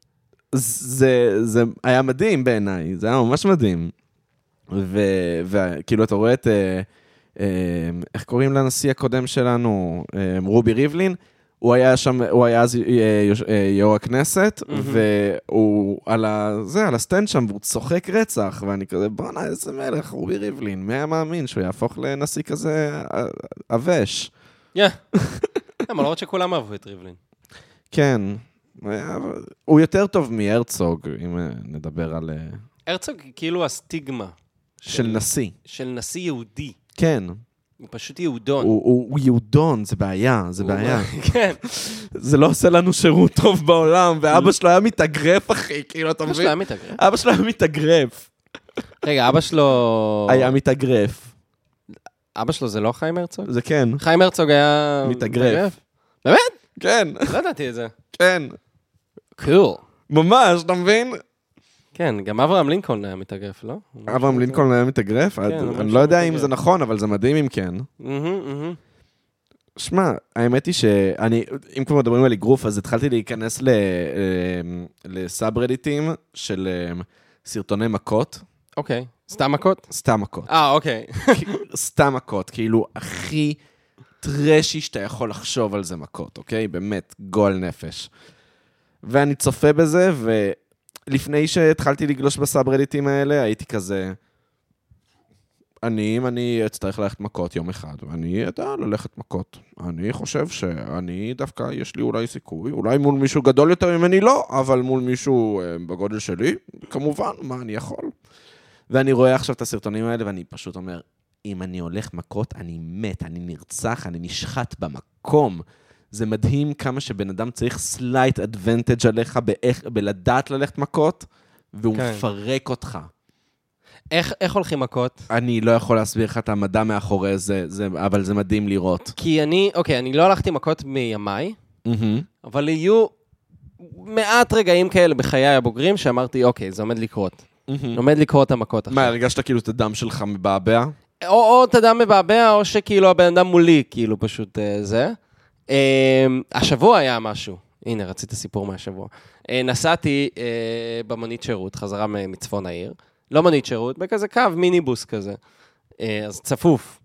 זה היה מדהים בעיניי, זה היה ממש מדהים. וכאילו אתה רואה את, איך קוראים לנשיא הקודם שלנו, רובי ריבלין, הוא היה שם, הוא היה אז יו"ר הכנסת, והוא על הסטנד שם, והוא צוחק רצח, ואני כזה, בוא'נה, איזה מלך, רובי ריבלין, מי היה מאמין שהוא יהפוך לנשיא כזה אבש? למרות שכולם אהבו את ריבלין. כן, הוא יותר טוב מהרצוג, אם נדבר על... הרצוג כאילו הסטיגמה. של נשיא. של נשיא יהודי. כן. הוא פשוט יהודון. הוא יהודון, זה בעיה, זה בעיה. כן. זה לא עושה לנו שירות טוב בעולם, ואבא שלו היה מתאגרף, אחי, כאילו, אתה מבין? אבא שלו היה מתאגרף? אבא שלו היה מתאגרף. רגע, אבא שלו... היה מתאגרף. אבא שלו זה לא חיים הרצוג? זה כן. חיים הרצוג היה... מתאגרף. באמת? כן. לא ידעתי את זה. כן. קול. ממש, אתה מבין? כן, גם אברהם לינקולן היה מתאגרף, לא? אברהם לינקולן היה מתאגרף? אני לא יודע אם זה נכון, אבל זה מדהים אם כן. שמע, האמת היא שאני, אם כבר מדברים על אגרוף, אז התחלתי להיכנס לסאברדיטים של סרטוני מכות. אוקיי. סתם מכות? סתם מכות. אוקיי. סתם מכות, כאילו הכי טרשי שאתה יכול לחשוב על זה מכות, אוקיי? באמת, גועל נפש. ואני צופה בזה, לפני שהתחלתי לגלוש בסאברדיטים האלה, הייתי כזה, אם אני אצטרך ללכת מכות יום אחד, ואני אדע ללכת מכות. אני חושב שאני דווקא, יש לי אולי סיכוי, אולי מול מישהו גדול יותר ממני לא, אבל מול מישהו בגודל שלי, כמובן, מה אני יכול? ואני רואה עכשיו את הסרטונים האלה, ואני פשוט אומר, אם אני הולך מכות, אני מת, אני נרצח, אני נשחט במקום. זה מדהים כמה שבן אדם צריך סלייט אדוונטג' עליך בלדעת ללכת מכות, והוא מפרק אותך. איך הולכים מכות? אני לא יכול להסביר לך את המדע מאחורי זה, אבל זה מדהים לראות. כי אני לא הלכתי מכות מימיי, אבל יהיו מעט רגעים כאלה בחיי הבוגרים, שאמרתי, אוקיי, זה עומד לקרות. עומד לקרות המכות עכשיו. מה, הרגשת כאילו את הדם שלך מבעבע? או את הדם מבעבע, או שכאילו הבן אדם מולי, כאילו פשוט זה. השבוע היה משהו. הנה, רציתי סיפור מהשבוע. נסעתי במונית שירות, חזרה מצפון העיר. לא מונית שירות, בכזה קו מיניבוס כזה. אז צפוף.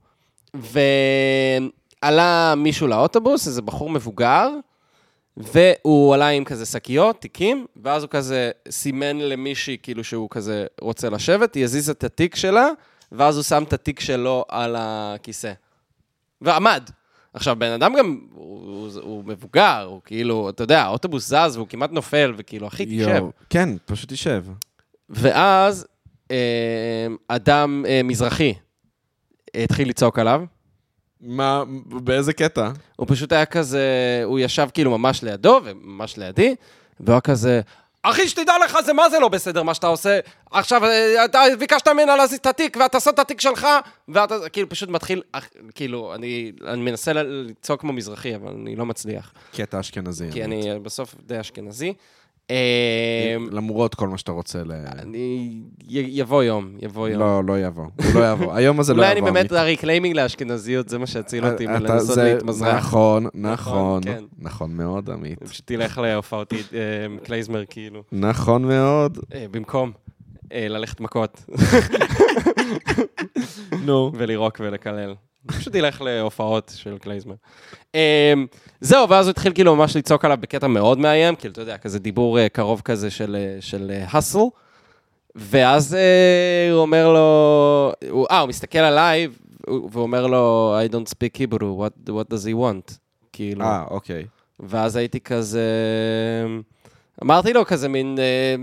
ועלה מישהו לאוטובוס, איזה בחור מבוגר, והוא עלה עם כזה שקיות, תיקים, ואז הוא כזה סימן למישהי, כאילו שהוא כזה רוצה לשבת, היא הזיזה את התיק שלה, ואז הוא שם את התיק שלו על הכיסא. ועמד. עכשיו, בן אדם גם, הוא מבוגר, הוא כאילו, אתה יודע, האוטובוס זז, והוא כמעט נופל, וכאילו, אחי, תשב. כן, פשוט תשב. ואז, אדם מזרחי התחיל לצעוק עליו, מה, באיזה קטע? הוא פשוט היה כזה, הוא ישב כאילו ממש לידו וממש לידי, והוא היה כזה, אחי, שתדע לך, זה מה זה לא בסדר מה שאתה עושה, עכשיו אתה ביקשת ממנה להזיז את התיק, ואתה עושה את התיק שלך, ואתה כאילו פשוט מתחיל, כאילו, אני מנסה לצעוק כמו מזרחי, אבל אני לא מצליח. כי אתה אשכנזי. כי אני בסוף די אשכנזי. למרות כל מה שאתה רוצה יבוא יום. לא יבוא. הוא לא יבוא. היום הזה לא יבוא. אולי אני באמת הריקליימינג לאשכנזיות, זה מה שהציל אותי מלנסות להתמזרח. נכון מאוד, עמית. שתלך להופעותי קלייזמר, כאילו. נכון מאוד. במקום ללכת מכות. נו. ולירוק ולקלל. פשוט תלך להופעות של קלייזמר. זהו, ואז הוא התחיל כאילו ממש לצעוק עליו בקטע מאוד מאיים, כאילו, אתה יודע, כזה דיבור קרוב כזה של הסל, ואז הוא אומר לו, הוא מסתכל עליי, והוא אומר לו, I don't speak Hebrew, what does he want? כאילו. אוקיי. ואז הייתי כזה, אמרתי לו כזה מין,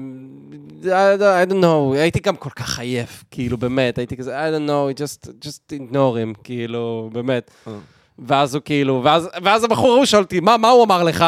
I don't know, הייתי גם כל כך עייף, כאילו, באמת, הייתי כזה, I don't know, just ignore him, כאילו, באמת. ואז הוא כאילו, ואז הבחור הוא שואל אותי, מה הוא אמר לך?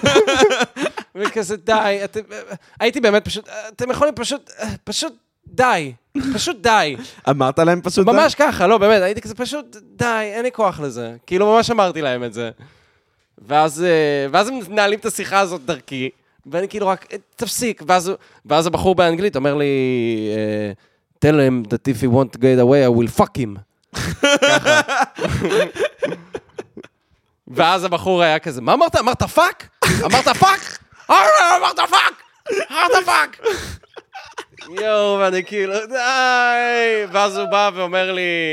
וכזה, די, הייתי באמת פשוט, אתם יכולים פשוט די, פשוט די. אמרת להם פשוט די? ממש ככה, לא, באמת, הייתי כזה, פשוט די, אין לי כוח לזה. כאילו, ממש אמרתי להם את זה. ואז הם מנהלים את השיחה הזאת דרכי, ואני כאילו רק, תפסיק, ואז הבחור באנגלית אומר לי, tell him that if he want to get away, I will fuck him. ככה. ואז הבחור היה כזה, מה אמרת? אמרת פאק? אמרת פאק? אמרת פאק! אמרת פאק! יואו, ואני כאילו, די! ואז הוא בא ואומר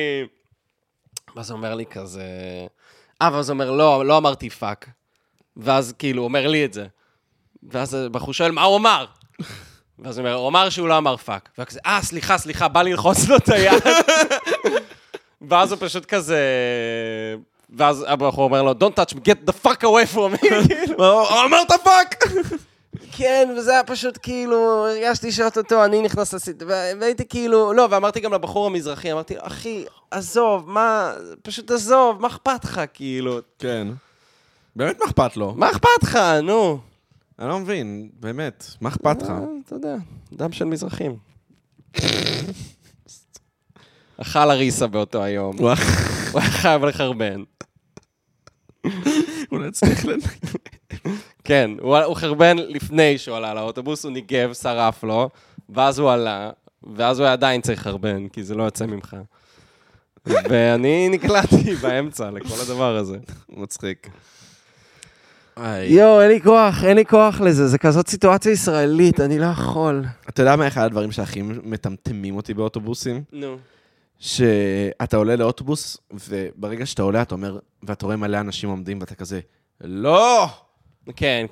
לי כזה, ואז הוא אומר, לא אמרתי פאק. ואז כאילו, הוא אומר לי את זה. ואז הבחור שואל, מה הוא אמר? ואז הוא אומר, הוא אמר שהוא לא אמר פאק. וכזה, סליחה, בא לי ללחוץ לו את היד. ואז הוא פשוט כזה, ואז הבחור אומר לו, don't touch me, get the fuck away from me. אמרת פאק! כן, וזה היה פשוט כאילו, הרגשתי שאותו, אני נכנס לסיט, והייתי כאילו, לא, ואמרתי גם לבחור המזרחי, אמרתי, אחי, עזוב, פשוט עזוב, מה אכפת לך, כאילו? כן. באמת מה אכפת לו? מה אכפת לך, נו? אני לא מבין, באמת, מה אכפת לך? אתה יודע, דם של מזרחים. אכל הריסה באותו היום. הוא היה חייב לחרבן. הוא נצליח לנגד. כן, הוא חרבן לפני שהוא עלה לאוטובוס, הוא ניגב, שרף לו, ואז הוא עלה, ואז הוא עדיין צריך חרבן, כי זה לא יוצא ממך. ואני נקלעתי באמצע לכל הדבר הזה. מצחיק. יו, אין לי כוח לזה, זה כזאת סיטואציה ישראלית, אני לא יכול. אתה יודע מה אחד הדברים שהכי מטמטמים אותי באוטובוסים? נו. שאתה עולה לאוטובוס, וברגע שאתה עולה, אתה אומר, ואתה רואה מלא אנשים עומדים, ואתה כזה, לא! כן.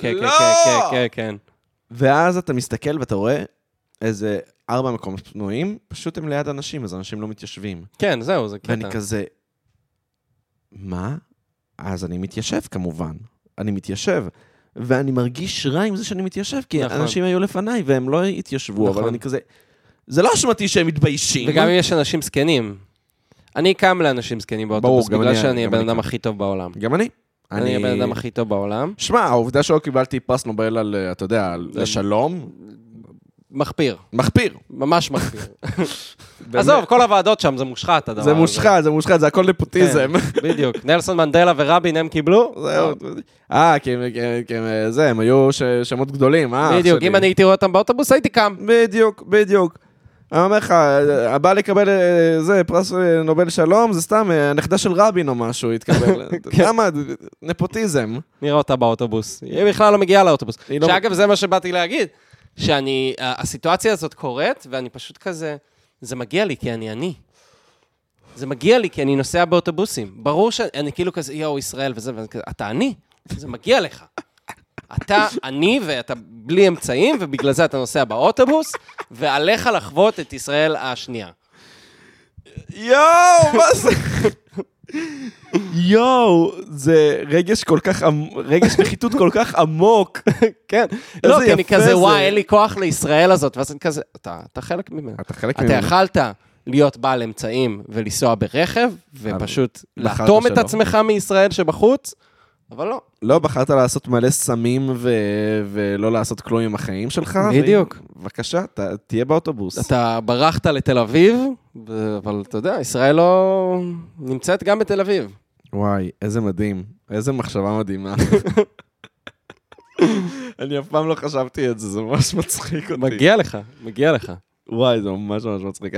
ואז אתה מסתכל ואתה רואה איזה 4 מקומות פנויים, פשוט הם ליד אנשים, אז אנשים לא מתיישבים. כן, זהו, זה קטע. ואני כזה, מה? אז אני מתיישב כמובן. אני מתיישב. ואני מרגיש רע עם זה שאני מתיישב, כי אנשים היו לפניי, והם לא התיישבו, אבל אני כזה, זה לא אשמתי שהם מתביישים. וגם אם יש אנשים סקנים. אני קם לאנשים סקנים באוטובוס, בגלל שאני הבן אדם הכי טוב בעולם. גם אני. אני הבן אדם הכי טוב בעולם. שמע, העובדה שלא קיבלתי פרס נובל על, אתה יודע, לשלום. מחפיר. מחפיר. ממש מחפיר. עזוב, כל הוועדות שם, זה מושחת הדבר הזה. זה מושחת, זה הכל נפוטיזם. בדיוק. נלסון מנדלה ורבין הם קיבלו? זהו. כי הם היו שמות גדולים. בדיוק, אם אני הייתי רואה אותם באוטובוס, הייתי קם. בדיוק. אני אומר לך, הבא לקבל פרס נובל שלום, זה סתם הנכדה של רבין או משהו, התקבל. למה? נפוטיזם. נראה אותה באוטובוס. היא בכלל לא מגיעה לאוטובוס. שאגב, זה מה שבאתי להגיד. שהסיטואציה הזאת קורית, ואני פשוט כזה, זה מגיע לי כי אני. זה מגיע לי כי אני נוסע באוטובוסים. ברור שאני כאילו כזה, יואו, ישראל וזה, אתה אני. זה מגיע לך. אתה עני ואתה בלי אמצעים, ובגלל זה אתה נוסע באוטובוס, ועליך לחוות את ישראל השנייה. יואו, מה זה? יואו, זה רגש נחיתות כל כך עמוק. כן. לא, כי אני כזה, וואי, אין לי כוח לישראל הזאת, ואז אני כזה, אתה חלק ממנה. אתה חלק ממנה. אתה יכלת להיות בעל אמצעים ולנסוע ברכב, ופשוט בחרת לאטום את שלא. עצמך מישראל שבחוץ, אבל לא. לא, בחרת לעשות מלא סמים ולא לעשות כלום עם החיים שלך. בדיוק. בבקשה, תהיה באוטובוס. אתה ברחת לתל אביב, אבל אתה יודע, ישראל לא נמצאת גם בתל אביב. וואי, איזה מדהים. איזה מחשבה מדהימה. אני אף פעם לא חשבתי את זה, זה ממש מצחיק אותי. מגיע לך. וואי, זה ממש ממש מצחיק.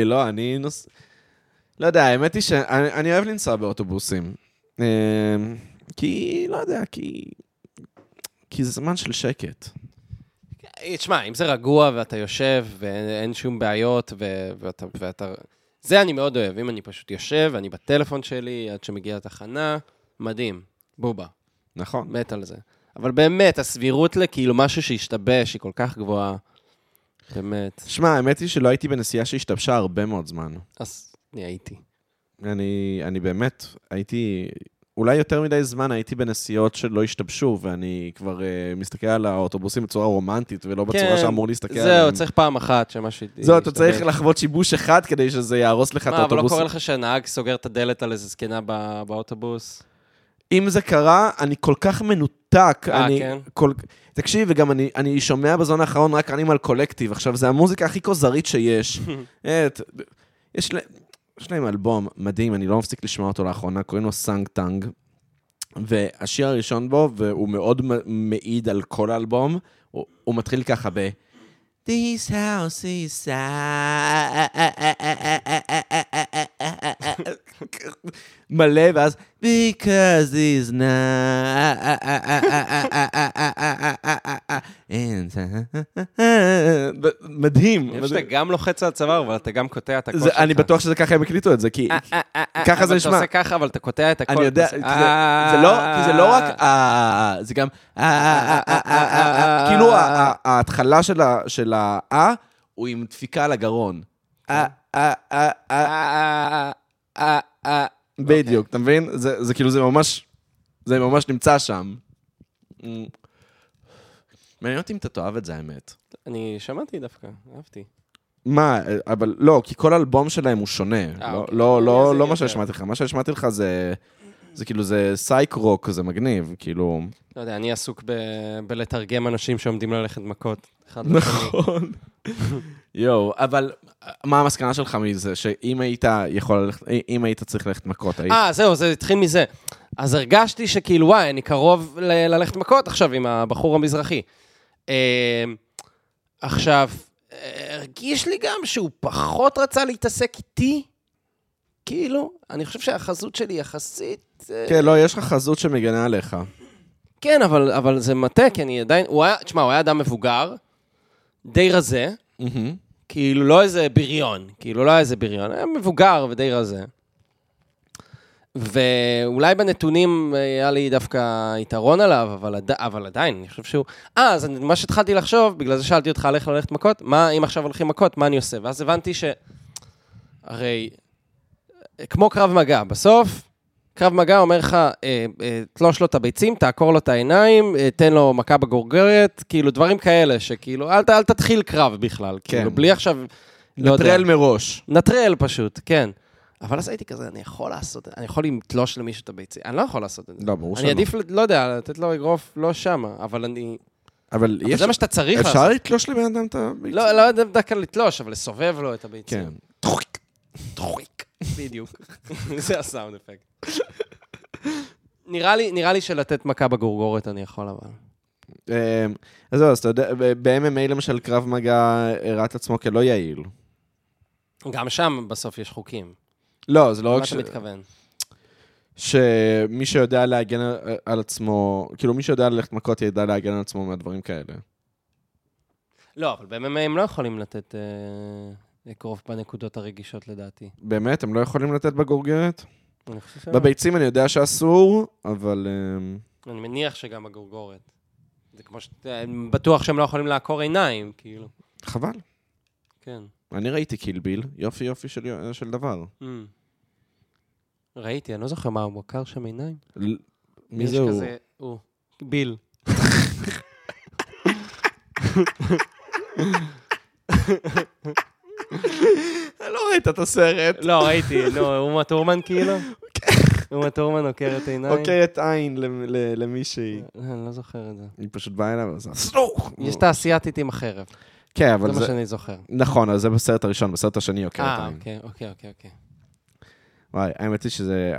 לא יודע, האמת היא שאני אוהב לנסוע באוטובוסים. כי, לא יודע, כי זה זמן של שקט. תשמע, אם זה רגוע ואתה יושב ואין שום בעיות ואתה... זה אני מאוד אוהב. אם אני פשוט יושב, אני בטלפון שלי עד שמגיע לתחנה, מדהים. בובה. נכון. מת על זה. אבל באמת, הסבירות לכאילו משהו שהשתבש היא כל כך גבוהה. באמת. שמע, האמת היא שלא הייתי בנסיעה שהשתבשה הרבה מאוד זמן. אז אני הייתי. אני באמת, הייתי... אולי יותר מדי זמן הייתי בנסיעות שלא השתבשו, ואני כבר מסתכל על האוטובוסים בצורה רומנטית, ולא בצורה שאמור להסתכל עליהם. זהו, צריך פעם אחת שמשהו... זהו, אתה צריך לחוות שיבוש אחד כדי שזה יהרוס לך את האוטובוס. אבל לא קורה לך שהנהג סוגר את הדלת על איזה זקנה באוטובוס? אם זה קרה, אני כל כך מנותק. כן? תקשיב, וגם אני שומע בזמן האחרון רק רנים על קולקטיב. עכשיו, זה המוזיקה הכי כוזרית שיש. יש להם אלבום מדהים, אני לא מפסיק לשמוע אותו לאחרונה, קוראים לו סאנג טאנג, והשיר הראשון בו, והוא מאוד מעיד על כל האלבום, הוא מתחיל ככה ב... This house is מלא, ואז because it's not מדהים. שאתה גם לוחץ על הצוואר, אבל אתה גם קוטע את הקול שלך. אני בטוח שזה ככה הם הקליטו את זה, כי ככה זה נשמע. אתה עושה ככה, אבל אתה קוטע את הקול. אני יודע, זה לא רק, זה גם, כאילו ההתחלה של הוא עם דפיקה על הגרון. בדיוק, אתה מבין? זה כאילו, זה ממש נמצא שם. מעניין אותי אם אתה תאהב את זה, האמת. אני שמעתי דווקא, אהבתי. מה, אבל לא, כי כל אלבום שלהם הוא שונה. לא מה שהשמעתי לך. מה שהשמעתי לך זה כאילו, זה סייק רוק, זה מגניב, כאילו... לא יודע, אני עסוק בלתרגם אנשים שעומדים ללכת מכות. נכון. יואו, אבל מה המסקנה שלך מזה? שאם היית צריך ללכת מכות, היית... זהו, זה התחיל מזה. אז הרגשתי שכאילו, וואי, אני קרוב ללכת מכות עכשיו עם הבחור המזרחי. עכשיו, הרגיש לי גם שהוא פחות רצה להתעסק איתי, כאילו, אני חושב שהחזות שלי יחסית... כן, לא, יש לך חזות שמגנה עליך. כן, אבל זה מטה, כי אני עדיין... תשמע, הוא היה אדם מבוגר, די רזה, כאילו לא איזה בריון, היה מבוגר ודי רזה. ואולי בנתונים היה לי דווקא יתרון עליו, אבל עדיין, אני חושב שהוא... אז מה שהתחלתי לחשוב, בגלל זה שאלתי אותך עליך ללכת מכות, אם עכשיו הולכים מכות, מה אני עושה? ואז הבנתי הרי, כמו קרב מגע, בסוף, קרב מגע אומר לך, תלוש לו את הביצים, תעקור לו את העיניים, תן לו מכה בגורגרת, כאילו דברים כאלה, שכאילו, אל תתחיל קרב בכלל, כאילו, בלי עכשיו... נטרל מראש. נטרל פשוט, כן. אבל אז הייתי כזה, אני יכול לעשות, אני יכול לתלוש למישהו את הביצים, אני לא יכול לעשות את זה. לא, ברור שלא. אני עדיף, לא יודע, לתת לו אגרוף לא שמה, אבל זה מה שאתה צריך לעשות. אפשר לתלוש לבן אדם את הביצים? לא יודע דווקא לתלוש, אבל לסובב לו את הביצים. כן. טרויק. בדיוק. זה הסאונד אפקט. נראה לי שלתת מכה בגורגורת אני יכול, אבל... אז זהו, אז אתה יודע, ב-MMA למשל קרב מגע הראה את עצמו כלא יעיל. גם שם בסוף יש חוקים. לא, זה לא רק מה אתה מתכוון? שמי שיודע להגן על עצמו, כאילו מי שיודע ללכת מכות ידע להגן על עצמו מהדברים כאלה. לא, אבל ב-MMA הם לא יכולים לתת קרוב בנקודות הרגישות לדעתי. באמת? הם לא יכולים לתת בגורגרת? בביצים אני יודע שאסור, אבל... אני מניח שגם בגורגורת. זה כמו בטוח שהם לא יכולים לעקור עיניים, כאילו. חבל. כן. אני ראיתי קילביל, יופי של דבר. ראיתי, אני לא זוכר מה, הוא עקר שם עיניים? מי זה הוא? הוא, ביל. לא ראית את הסרט. לא, ראיתי, אומה טורמן כאילו? אומה טורמן עוקרת עיניים? עוקרת עין למישהי. אני לא זוכר את זה. היא פשוט באה אליו ועושה סלוך. יש את האסיאתית עם החרב. כן, אבל זה מה שאני זוכר. נכון, אז זה בסרט הראשון, בסרט השני עוקרת עין. אוקיי. וואי, האמת היא שזה...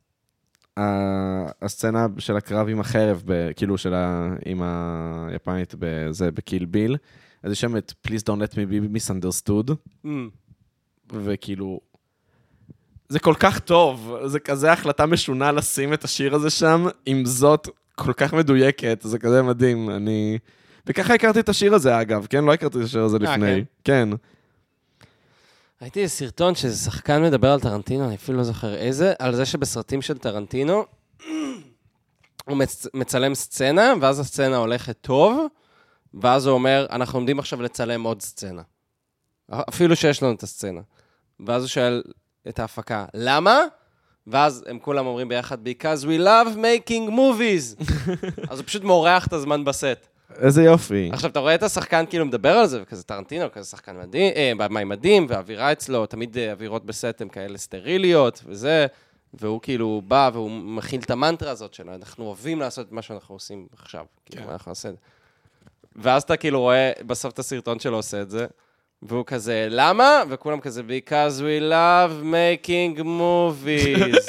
הסצנה של הקרב עם החרב, כאילו עם היפנית בקיל ביל, אז יש שם את Please don't let me be misunderstood, וכאילו, זה כל כך טוב, זה כזה החלטה משונה לשים את השיר הזה שם, עם זאת כל כך מדויקת, זה כזה מדהים, וככה הכרתי את השיר הזה אגב, כן? לא הכרתי את השיר הזה לפני, כן. הייתי סרטון שזה שחקן מדבר על טרנטינו, אני אפילו לא זוכר איזה, על זה שבסרטים של טרנטינו, הוא מצלם סצנה, ואז הסצנה הולכת טוב, ואז הוא אומר, אנחנו עומדים עכשיו לצלם עוד סצנה. אפילו שיש לנו את הסצנה. ואז הוא שואל את ההפקה, למה? ואז הם כולם אומרים ביחד, because we love making movies. אז הוא פשוט מורח את הזמן בסט. איזה יופי. עכשיו, אתה רואה את השחקן כאילו מדבר על זה, וכזה טרנטינו, כזה שחקן מדהים, במאי מדהים, והאווירה אצלו, תמיד אווירות בסט הן כאלה סטריליות, וזה, והוא כאילו בא, והוא מכיל את המנטרה הזאת שלו, אנחנו אוהבים לעשות את מה שאנחנו עושים עכשיו, כאילו, אנחנו נעשה את זה. ואז אתה כאילו רואה בסוף את הסרטון שלו עושה את זה, והוא כזה, למה? וכולם כזה, because we love making movies.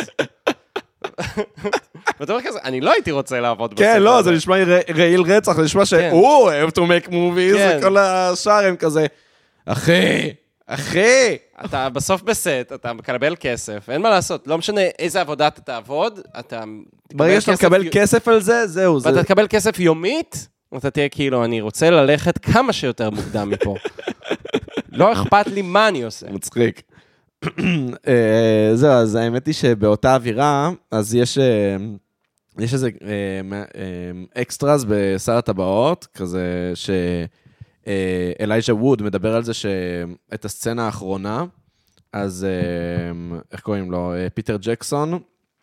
ואתה אומר כזה, אני לא הייתי רוצה לעבוד בסרט. כן, לא, זה נשמע רעיל רצח, זה נשמע שהוא אוהב to make movies, וכל השאר הם כזה, אחי. אתה בסוף בסט, אתה מקבל כסף, אין מה לעשות, לא משנה איזה עבודה אתה תעבוד, אתה... ברגע שאתה מקבל כסף על זה, זהו. ואתה תקבל כסף יומית, אתה תהיה כאילו, אני רוצה ללכת כמה שיותר מוקדם מפה. לא אכפת לי מה אני עושה. מצחיק. זהו, אז האמת היא שבאותה אווירה, אז יש איזה אקסטרס בשר הטבעות, כזה שאלייג'ה ווד מדבר על זה שאת הסצנה האחרונה, אז איך קוראים לו? פיטר ג'קסון,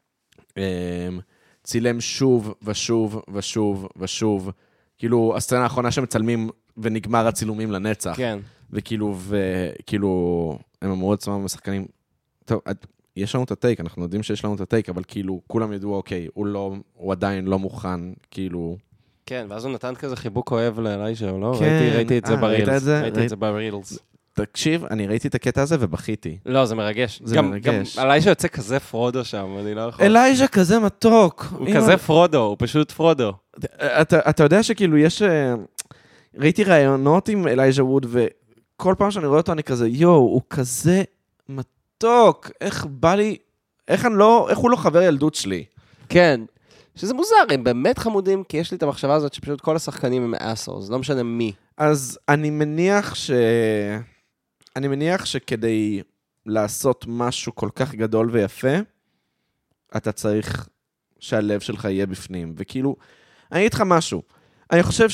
צילם שוב ושוב ושוב ושוב, כאילו הסצנה האחרונה שמצלמים ונגמר הצילומים לנצח. כן. וכאילו, הם אמרו עצמם משחקנים, טוב, יש לנו את הטייק, אנחנו יודעים שיש לנו את הטייק, אבל כאילו, כולם ידעו, אוקיי, הוא עדיין לא מוכן, כאילו... כן, ואז הוא נתן כזה חיבוק אוהב לאלייג'ה, או לא? ראיתי את זה ברילס. ראיתי את זה ברילס. תקשיב, אני ראיתי את הקטע הזה ובכיתי. לא, זה מרגש. גם אלייג'ה יוצא כזה פרודו שם, אני לא יכול... אלייג'ה כזה מתוק. הוא כזה פרודו, הוא פשוט פרודו. אתה יודע שכאילו יש... ראיתי ראיונות עם אלייג'ה ווד, וכל פעם שאני רואה אותו אני כזה, הוא כזה מתוק, איך בא לי... איך הוא לא חבר ילדות שלי? כן. שזה מוזר, הם באמת חמודים, כי יש לי את המחשבה הזאת שפשוט כל השחקנים הם אסורס, לא משנה מי. אז אני מניח שכדי לעשות משהו כל כך גדול ויפה, אתה צריך שהלב שלך יהיה בפנים. וכאילו, אני אגיד לך משהו, אני חושב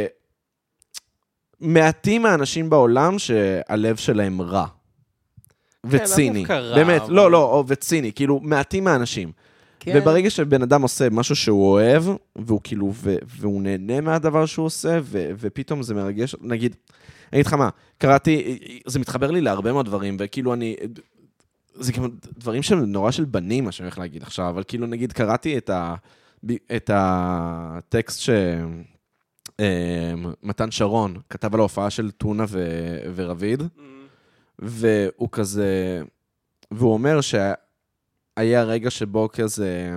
מעטים האנשים בעולם שהלב שלהם רע. וציני. באמת, לא, וציני, כאילו, מעטים האנשים. וברגע שבן אדם עושה משהו שהוא אוהב, והוא כאילו, והוא נהנה מהדבר שהוא עושה, ופתאום זה מרגש, נגיד, אני אגיד לך מה, קראתי, זה מתחבר לי להרבה מאוד דברים, וכאילו זה כמו דברים שהם נורא של בנים, מה שאני הולך להגיד עכשיו, אבל כאילו נגיד, קראתי את הטקסט מתן שרון כתב על ההופעה של טונה ורביד, והוא כזה, והוא אומר היה רגע שבו כזה,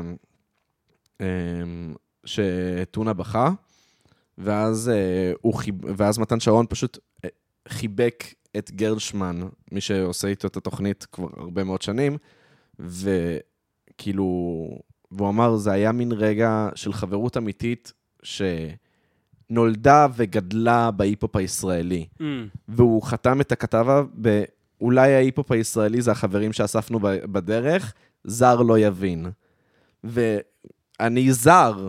שטונה בכה, ואז מתן שרון פשוט חיבק את גרשמן, מי שעושה איתו את התוכנית כבר הרבה מאוד שנים, וכאילו, והוא אמר, זה היה מין רגע של חברות אמיתית, שנולדה וגדלה בהיפופ הישראלי. והוא חתם את הכתבה אולי ההיפופ הישראלי זה החברים שאספנו בדרך, זר לא יבין. ואני זר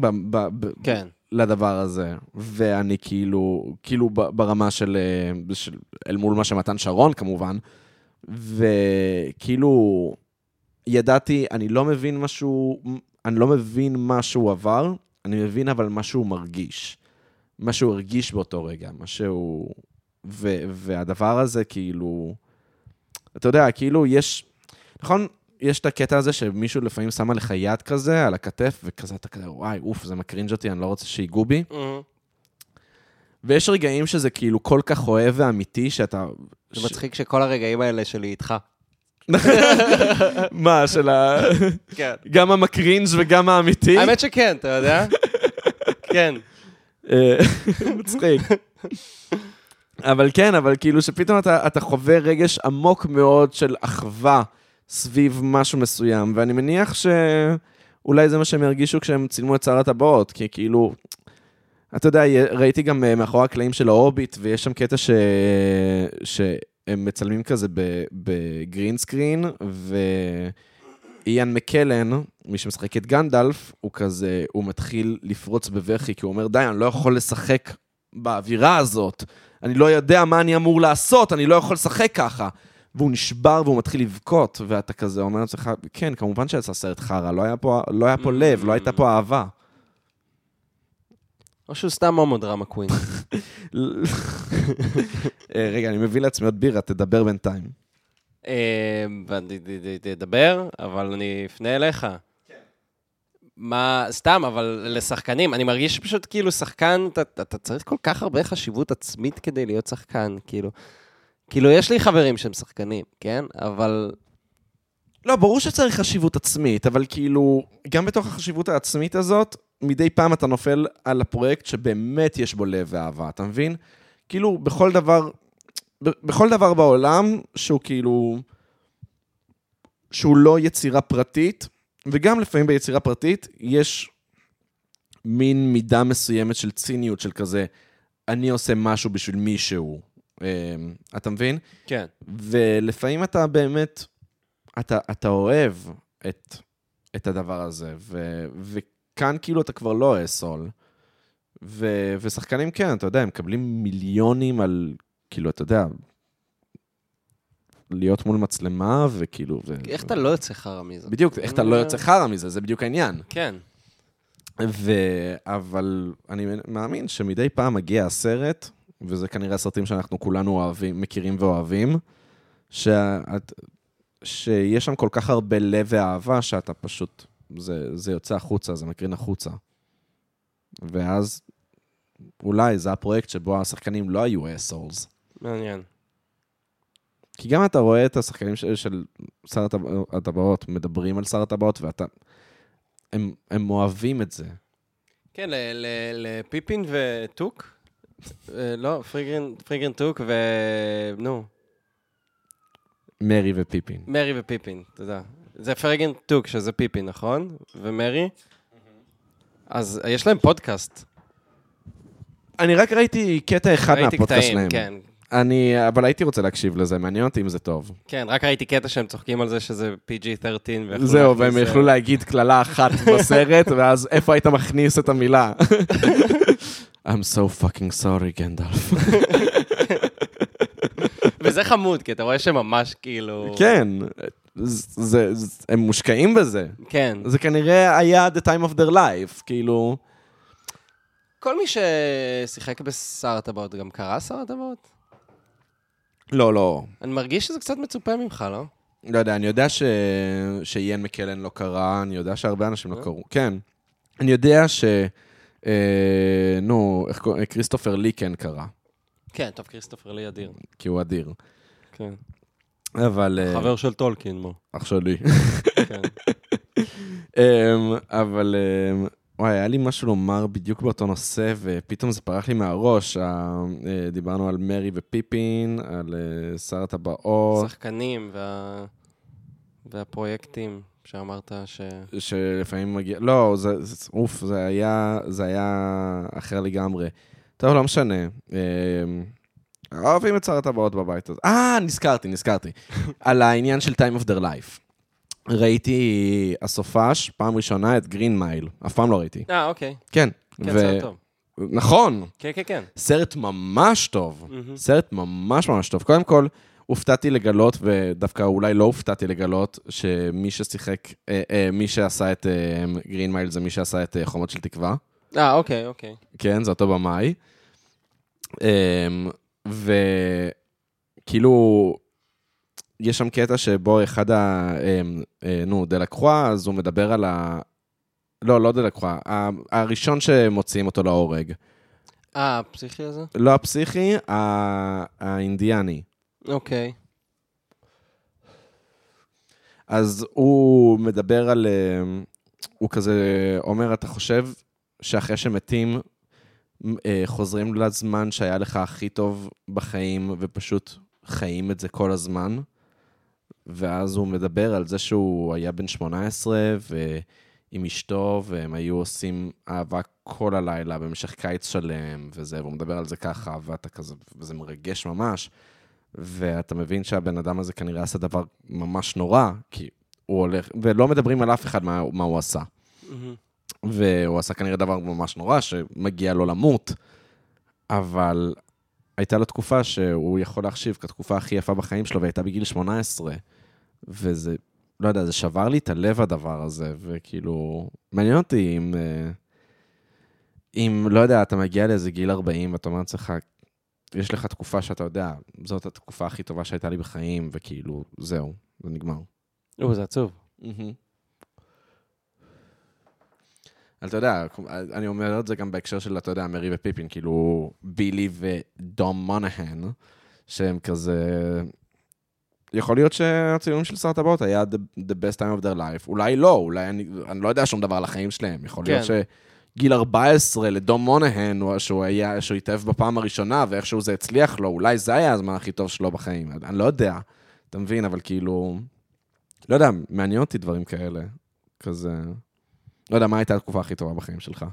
לדבר הזה, ואני כאילו ברמה של אל מול מה שמתן שרון כמובן, וכאילו ידעתי, אני לא מבין מה שהוא עבר, אני מבין אבל מה שהוא מרגיש. מה שהוא הרגיש באותו רגע, והדבר הזה כאילו, אתה יודע, כאילו יש, נכון, יש את הקטע הזה שמישהו לפעמים שם עליך יד כזה, על הכתף, וכזה אתה כזה, וואי, אוף, זה מקרינג' אותי, אני לא רוצה שיגעו בי. ויש רגעים שזה כאילו כל כך אוהב ואמיתי, שאתה... זה מצחיק שכל הרגעים האלה שלי איתך. מה, של ה... כן. גם המקרינג' וגם האמיתי? האמת שכן, אתה יודע? כן. מצחיק. אבל כן, אבל כאילו שפתאום אתה חווה רגש עמוק מאוד של אחווה סביב משהו מסוים, ואני מניח שאולי זה מה שהם ירגישו כשהם צילמו את שר הטבעות, כי כאילו, אתה יודע, ראיתי גם מאחורי הקלעים של ההוביט, ויש שם קטע שהם מצלמים כזה בגרין סקרין, ואיאן מקלן, מי שמשחק את גנדלף, הוא כזה, הוא מתחיל לפרוץ בבכי, כי הוא אומר, די, אני לא יכול לשחק באווירה הזאת, אני לא יודע מה אני אמור לעשות, אני לא יכול לשחק ככה. והוא נשבר והוא מתחיל לבכות, ואתה כזה אומר לעצמך, כן, כמובן שיצא סרט חרא, לא היה פה לב, לא הייתה פה אהבה. או שהוא סתם הומודרמה קווין. רגע, אני מביא לעצמי עוד בירה, תדבר בינתיים. תדבר, אבל אני אפנה אליך. מה, סתם, אבל לשחקנים, אני מרגיש שפשוט כאילו שחקן, אתה צריך כל כך הרבה חשיבות עצמית כדי להיות שחקן, כאילו יש לי חברים שהם שחקנים, כן? אבל... לא, ברור שצריך חשיבות עצמית, אבל כאילו, גם בתוך החשיבות העצמית הזאת, מדי פעם אתה נופל על הפרויקט שבאמת יש בו לב ואהבה, אתה מבין? כאילו, בכל דבר בעולם, שהוא כאילו, שהוא לא יצירה פרטית, וגם לפעמים ביצירה פרטית, יש מין מידה מסוימת של ציניות, של כזה, אני עושה משהו בשביל מישהו. אתה מבין? כן. ולפעמים אתה באמת, אתה אוהב את הדבר הזה, וכאן כאילו אתה כבר לא אסול. ושחקנים כן, אתה יודע, הם מקבלים מיליונים על, כאילו, אתה יודע, להיות מול מצלמה, וכאילו... איך אתה לא יוצא חרא מזה? בדיוק, איך אתה לא יוצא חרא מזה, זה בדיוק העניין. כן. אבל אני מאמין שמדי פעם מגיע הסרט, וזה כנראה הסרטים שאנחנו כולנו אוהבים, מכירים ואוהבים, שיש שם כל כך הרבה לב ואהבה, שאתה פשוט, זה יוצא החוצה, זה מקרין החוצה. ואז אולי זה הפרויקט שבו השחקנים לא היו אסולס. מעניין. כי גם אתה רואה את השחקנים של שר הטבעות, מדברים על שר הטבעות, הם אוהבים את זה. כן, לפיפין וטוק, לא, פריגרין טוק נו. מרי ופיפין. מרי ופיפין, אתה יודע. זה פריגרין טוק, שזה פיפין, נכון? ומרי? אז יש להם פודקאסט. אני רק ראיתי קטע אחד מהפודקאסט שלהם. כן. אבל הייתי רוצה להקשיב לזה, מעניין אותי אם זה טוב. כן, רק ראיתי קטע שהם צוחקים על זה שזה PG-13. זהו, והם יכלו להגיד כללה אחת בסרט, ואז איפה היית מכניס את המילה? I'm so fucking sorry, גנדלף. וזה חמוד, כי אתה רואה שממש כאילו... כן, הם מושקעים בזה. כן. זה כנראה היה the time of their life, כאילו... כל מי ששיחק בשר הטבעות גם קרא שר הטבעות? לא, לא. אני מרגיש שזה קצת מצופה ממך, לא? לא יודע, אני יודע שאיין מקלן לא קרא, אני יודע שהרבה אנשים לא קראו. כן. אני יודע כריסטופר לי כן קרא. כן, טוב, כריסטופר לי אדיר. כי הוא אדיר. כן. אבל... חבר של טולקין, מו. אח שלי. כן. אבל... וואי, היה לי משהו לומר בדיוק באותו נושא, ופתאום זה פרח לי מהראש. דיברנו על מרי ופיפין, על שר הטבעות. שחקנים והפרויקטים שאמרת שלפעמים מגיע... לא, זה היה אחר לגמרי. טוב, לא משנה. אוהבים את שר הטבעות בבית הזה. נזכרתי. על העניין של Time of Their Life. ראיתי הסופש, פעם ראשונה, את גרין מייל. אף פעם לא ראיתי. אוקיי. כן. כן, סרט טוב. נכון. כן. סרט ממש טוב. סרט ממש ממש טוב. קודם כל, הופתעתי לגלות, ודווקא אולי לא הופתעתי לגלות, שמי ששיחק, מי שעשה את גרין מייל, זה מי שעשה את חומות של תקווה. אוקיי. כן, זה אותו במאי. וכאילו... יש שם קטע שבו אחד דלקרואה, אז הוא מדבר על לא דלקרואה, הראשון שמוציאים אותו להורג. הפסיכי הזה? לא הפסיכי, האינדיאני. אוקיי. אז הוא מדבר על, הוא כזה אומר, אתה חושב שאחרי שמתים, חוזרים לזמן שהיה לך הכי טוב בחיים, ופשוט חיים את זה כל הזמן, ואז הוא מדבר על זה שהוא היה בן 18, ועם אשתו, והם היו עושים אהבה כל הלילה, במשך קיץ שלם, וזה, והוא מדבר על זה ככה, ואתה כזה, וזה מרגש ממש, ואתה מבין שהבן אדם הזה כנראה עשה דבר ממש נורא, כי הוא הולך, ולא מדברים על אף אחד מה הוא עשה. והוא עשה כנראה דבר ממש נורא, שמגיע לו למות, אבל הייתה לו תקופה שהוא יכול להחשיב כתקופה הכי יפה בחיים שלו, והייתה בגיל 18, וזה, לא יודע, זה שבר לי את הלב הדבר הזה, וכאילו, מעניין אותי אם לא יודע, אתה מגיע לאיזה גיל 40, ואתה אומר לך, יש לך תקופה שאתה יודע, זאת התקופה הכי טובה שהייתה לי בחיים, וכאילו, זהו, זה נגמר. זה עצוב. אתה יודע, אני אומר את זה גם בהקשר של, אתה יודע, מרי ופיפין, כאילו, בילי ודום מונהן, שהם כזה, יכול להיות שהצילומים של סרט הבאות היה the best time of their life, אולי לא, אולי אני לא יודע שום דבר על החיים שלהם, יכול להיות שגיל 14 לדום מונהן, שהוא התאהב בפעם הראשונה, ואיכשהו זה הצליח לו, אולי זה היה הזמן הכי טוב שלו בחיים, אני לא יודע, אתה מבין, אבל כאילו, לא יודע, מעניין אותי דברים כאלה, כזה, לא יודע, מה הייתה התקופה הכי טובה בחיים שלך?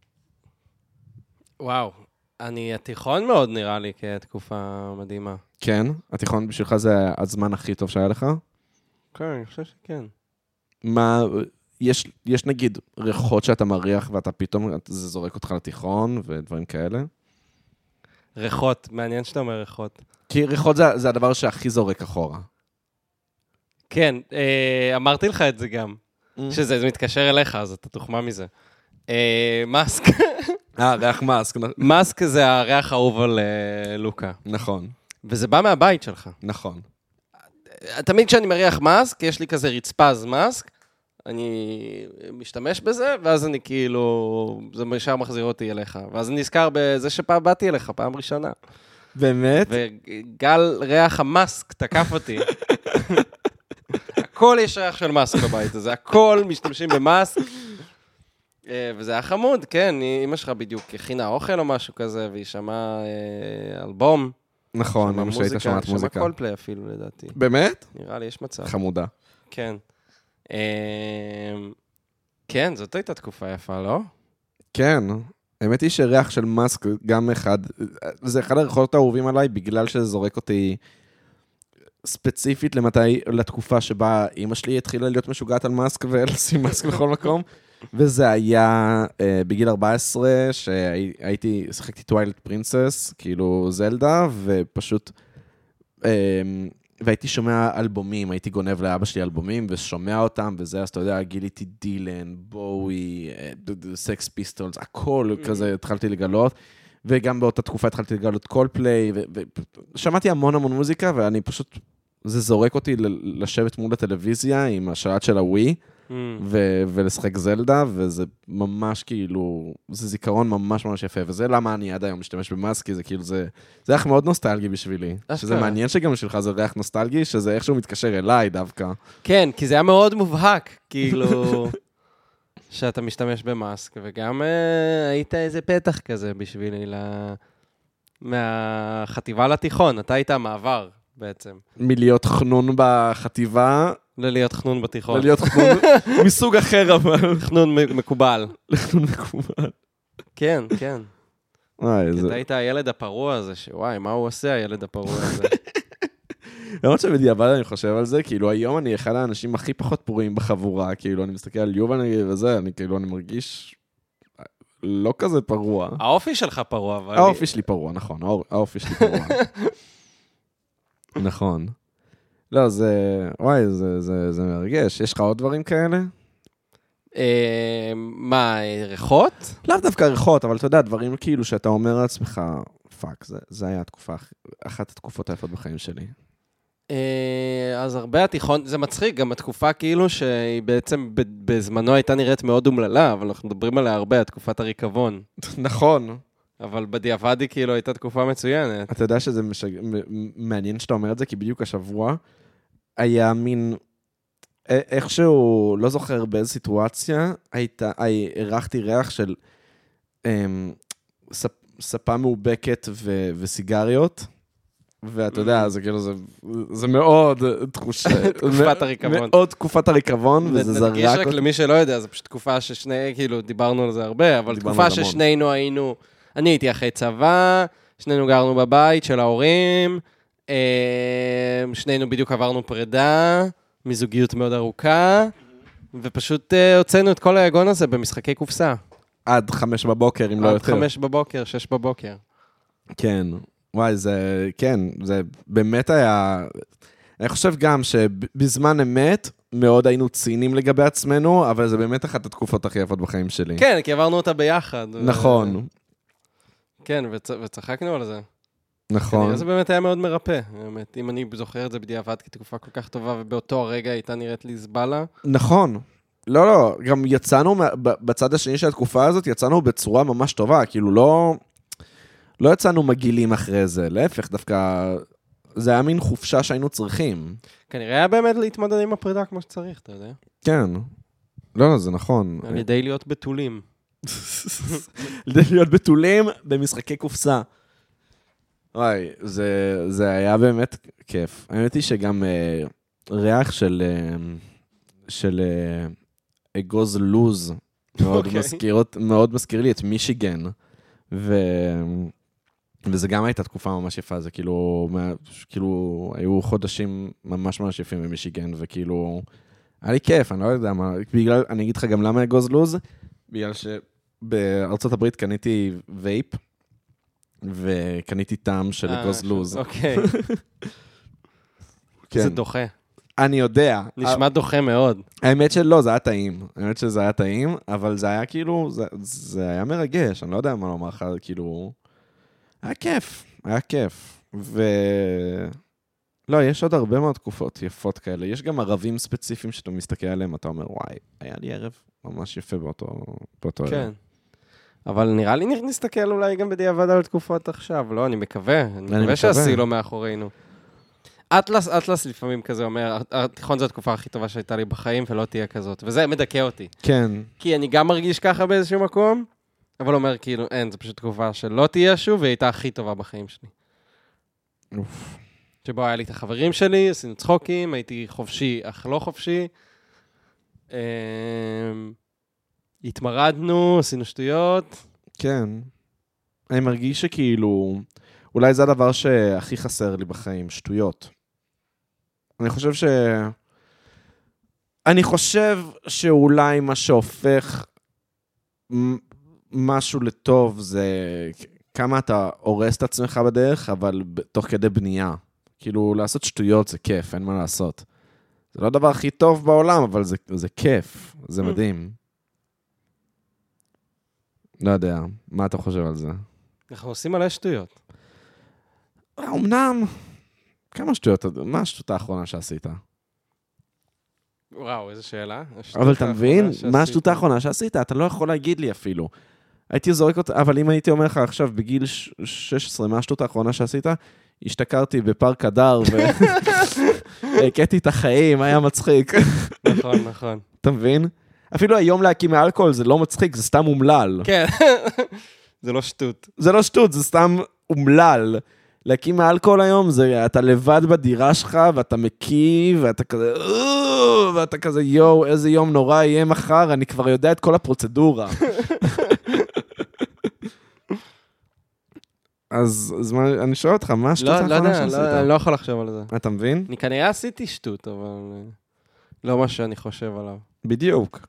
וואו, התיכון מאוד נראה לי כתקופה מדהימה. כן? התיכון בשבילך זה הזמן הכי טוב שהיה לך? כן, אני חושב שכן. מה, יש נגיד ריחות שאתה מריח ואתה פתאום, זה זורק אותך לתיכון ודברים כאלה? ריחות, מעניין שאתה אומר ריחות. כי ריחות זה הדבר שהכי זורק אחורה. כן, אמרתי לך את זה גם. שזה מתקשר אליך, אז אתה תוחמה מזה. מאסק. ריח מאסק. מאסק זה הריח האהוב על לוקה. נכון. וזה בא מהבית שלך. נכון. תמיד כשאני מריח מאסק, יש לי כזה רצפז מאסק, אני משתמש בזה, ואז אני כאילו, זה ישר מחזיר אותי אליך. ואז אני נזכר בזה שפעם באתי אליך, פעם ראשונה. באמת? וגל ריח המאסק תקף אותי. הכל יש ריח של מאסק בבית הזה, הכל משתמשים במאסק, וזה היה חמוד, כן, אמא שלך בדיוק הכינה אוכל או משהו כזה, והיא שמעה אלבום. נכון, אמא שהיית שמעת מוזיקה. שמעה קולפליי אפילו, לדעתי. באמת? נראה לי, יש מצב. חמודה. כן. כן, זאת הייתה תקופה יפה, לא? כן. האמת היא שריח של מאסק גם זה אחד הריחות האהובים עליי, בגלל שזה זורק אותי ספציפית לתקופה שבה אמא שלי התחילה להיות משוגעת על מאסק ולשים מאסק בכל מקום, וזה היה בגיל 14 שהייתי, שחקתי טווילייט פרינסס, כאילו זלדה, ופשוט, והייתי שומע אלבומים, הייתי גונב לאבא שלי אלבומים ושומע אותם, וזה, אז אתה יודע, גיליתי דילן, בואי, סקס פיסטולס, הכל כזה התחלתי לגלות, וגם באותה תקופה התחלתי לגלות קולפליי, ושמעתי המון מוזיקה, ואני פשוט, זה זורק אותי לשבת מול הטלוויזיה עם השלט של הווי, ולשחק זלדה, וזה ממש כאילו, זה זיכרון ממש ממש יפה, וזה למה אני עד היום משתמש במאסק, זה כאילו, זה ריח מאוד נוסטלגי בשבילי, שזה מעניין שגם בשבילך זה ריח נוסטלגי, שזה איכשהו מתקשר אליי דווקא. כן, כי זה היה מאוד מובהק, כאילו, שאתה משתמש במאסק, וגם היית איזה פתח כזה בשבילי, מהחטיבה לתיכון, אתה היית המעבר בעצם. מלהיות חנון בחטיבה, ללהיות חנון בתיכון. ללהיות חנון מסוג אחר, אבל. חנון מקובל. חנון מקובל. כן, כן. וואי, אתה היית הילד הפרוע הזה, שוואי, מה הוא עושה, הילד הפרוע הזה? למרות שבדיעבד אני חושב על זה, כאילו היום אני אחד האנשים הכי פחות פרועים בחבורה, כאילו אני מסתכל על יובל וזה, אני כאילו אני מרגיש לא כזה פרוע. האופי שלך פרוע, אבל... האופי שלי פרוע, נכון, האופי שלי פרוע. נכון. לא, וואי, זה מרגש. יש לך עוד דברים כאלה? מה, ריחות? לאו דווקא ריחות, אבל אתה יודע, דברים כאילו שאתה אומר לעצמך, פאק, זה היה אחת התקופות היפות בחיים שלי. אז הרבה התיכון, זה מצחיק, גם התקופה כאילו שהיא בעצם בזמנו הייתה נראית מאוד אומללה, אבל אנחנו מדברים עליה הרבה, תקופת הריקבון. נכון. אבל בדיעבד היא כאילו הייתה תקופה מצוינת. אתה יודע שזה מעניין שאתה אומר את זה, כי בדיוק השבוע היה מין, איכשהו, לא זוכר באיזו סיטואציה, ערכתי ריח של ספה מאובקת וסיגריות, ואתה יודע, זה כאילו, זה מאוד תחושה. תקופת הריקבון. מאוד תקופת הריקבון, וזה זרק. נדגיש רק למי שלא יודע, זו פשוט תקופה ששני, כאילו, דיברנו על זה הרבה, אבל תקופה ששנינו היינו, אני הייתי אחרי צבא, שנינו גרנו בבית של ההורים, שנינו בדיוק עברנו פרידה, מזוגיות מאוד ארוכה, ופשוט הוצאנו את כל היגון הזה במשחקי קופסה. עד 5 בבוקר, אם לא יותר. עד 5 בבוקר, 6 בבוקר. כן. וואי, זה, כן, זה באמת היה, אני חושב גם שבזמן אמת, מאוד היינו ציינים לגבי עצמנו, אבל זה באמת אחת התקופות הכי יפות בחיים שלי. כן, כי עברנו אותה ביחד. נכון. כן, וצחקנו על זה. נכון. זה באמת היה מאוד מרפא, באמת. אם אני זוכר את זה בדיעבד כתקופה כל כך טובה, ובאותו הרגע הייתה נראית לי זבלה. נכון. לא, גם יצאנו, בצד השני של התקופה הזאת, יצאנו בצורה ממש טובה, כאילו לא יצאנו מגילים אחרי זה, להפך, דווקא זה היה מין חופשה שהיינו צריכים. כנראה היה באמת להתמודד עם הפרידה כמו שצריך, אתה יודע? כן. לא, זה נכון. על ידי להיות בתולים. להיות בתולים במשחקי קופסה. וואי, זה היה באמת כיף. האמת היא שגם ריח של אגוז לוז מאוד מזכיר לי את מישיגן. וזה גם הייתה תקופה ממש יפה, זה כאילו היו חודשים ממש ממש יפים במישיגן, וכאילו, היה לי כיף, אני לא יודע מה, אני אגיד לך גם למה אגוז לוז, בגלל שבארצות הברית קניתי וייפ, וקניתי טעם של אגוז לוז. אוקיי. זה דוחה. אני יודע. נשמע דוחה מאוד. האמת שלא, זה היה טעים. האמת שזה היה טעים, אבל זה היה כאילו, זה היה מרגש, אני לא יודע מה לומר לך, כאילו, היה כיף. לא, יש עוד הרבה מאוד תקופות יפות כאלה. יש גם ערבים ספציפיים שאתה מסתכל עליהם, אתה אומר, וואי, היה לי ערב ממש יפה באותו ערב. כן. אבל נראה לי נסתכל אולי גם בדיעבד על תקופות עכשיו, לא? אני מקווה שעשי לו מאחורינו. אטלס לפעמים כזה אומר, התיכון זו התקופה הכי טובה שהייתה לי בחיים, ולא תהיה כזאת. וזה מדכא אותי. כן. כי אני גם מרגיש ככה באיזשהו מקום, אבל אומר כאילו, אין, זו פשוט תקופה שלא תהיה שוב, והיא הייתה הכי טובה בחיים שלי. שבו היה לי את החברים שלי, עשינו צחוקים, הייתי חופשי, אך לא חופשי. התמרדנו, עשינו שטויות. כן. אני מרגיש שכאילו, אולי זה הדבר שהכי חסר לי בחיים, שטויות. אני חושב שאולי מה שהופך משהו לטוב זה כמה אתה הורס את עצמך בדרך, אבל תוך כדי בנייה. כאילו, לעשות שטויות זה כיף, אין מה לעשות. זה לא הדבר הכי טוב בעולם, אבל זה כיף, זה מדהים. לא יודע, מה אתה חושב על זה? אנחנו עושים מלא שטויות. אמנם, כמה שטויות, מה השטות האחרונה שעשית? וואו, איזו שאלה. אבל אתה מבין, מה השטות האחרונה שעשית? אתה לא יכול להגיד לי אפילו. הייתי זורק אותה, אבל אם הייתי אומר לך עכשיו, בגיל 16, מה השטות האחרונה שעשית? השתכרתי בפארק הדר, והקטתי את החיים, היה מצחיק. נכון. אתה מבין? אפילו היום להקים מאלכוהול זה לא מצחיק, זה סתם אומלל. כן, זה לא שטות. זה לא שטות, זה סתם אומלל. להקים מאלכוהול היום, זה אתה לבד בדירה שלך, ואתה מקיא, ואתה כזה, יואו, איזה יום נורא יהיה מחר, אני כבר יודע את כל הפרוצדורה. אז אני שואל אותך, מה השטות האחרונה שעשית? אני לא יכול לחשוב על זה. אתה מבין? אני כנראה עשיתי שטות, אבל לא מה שאני חושב עליו. בדיוק.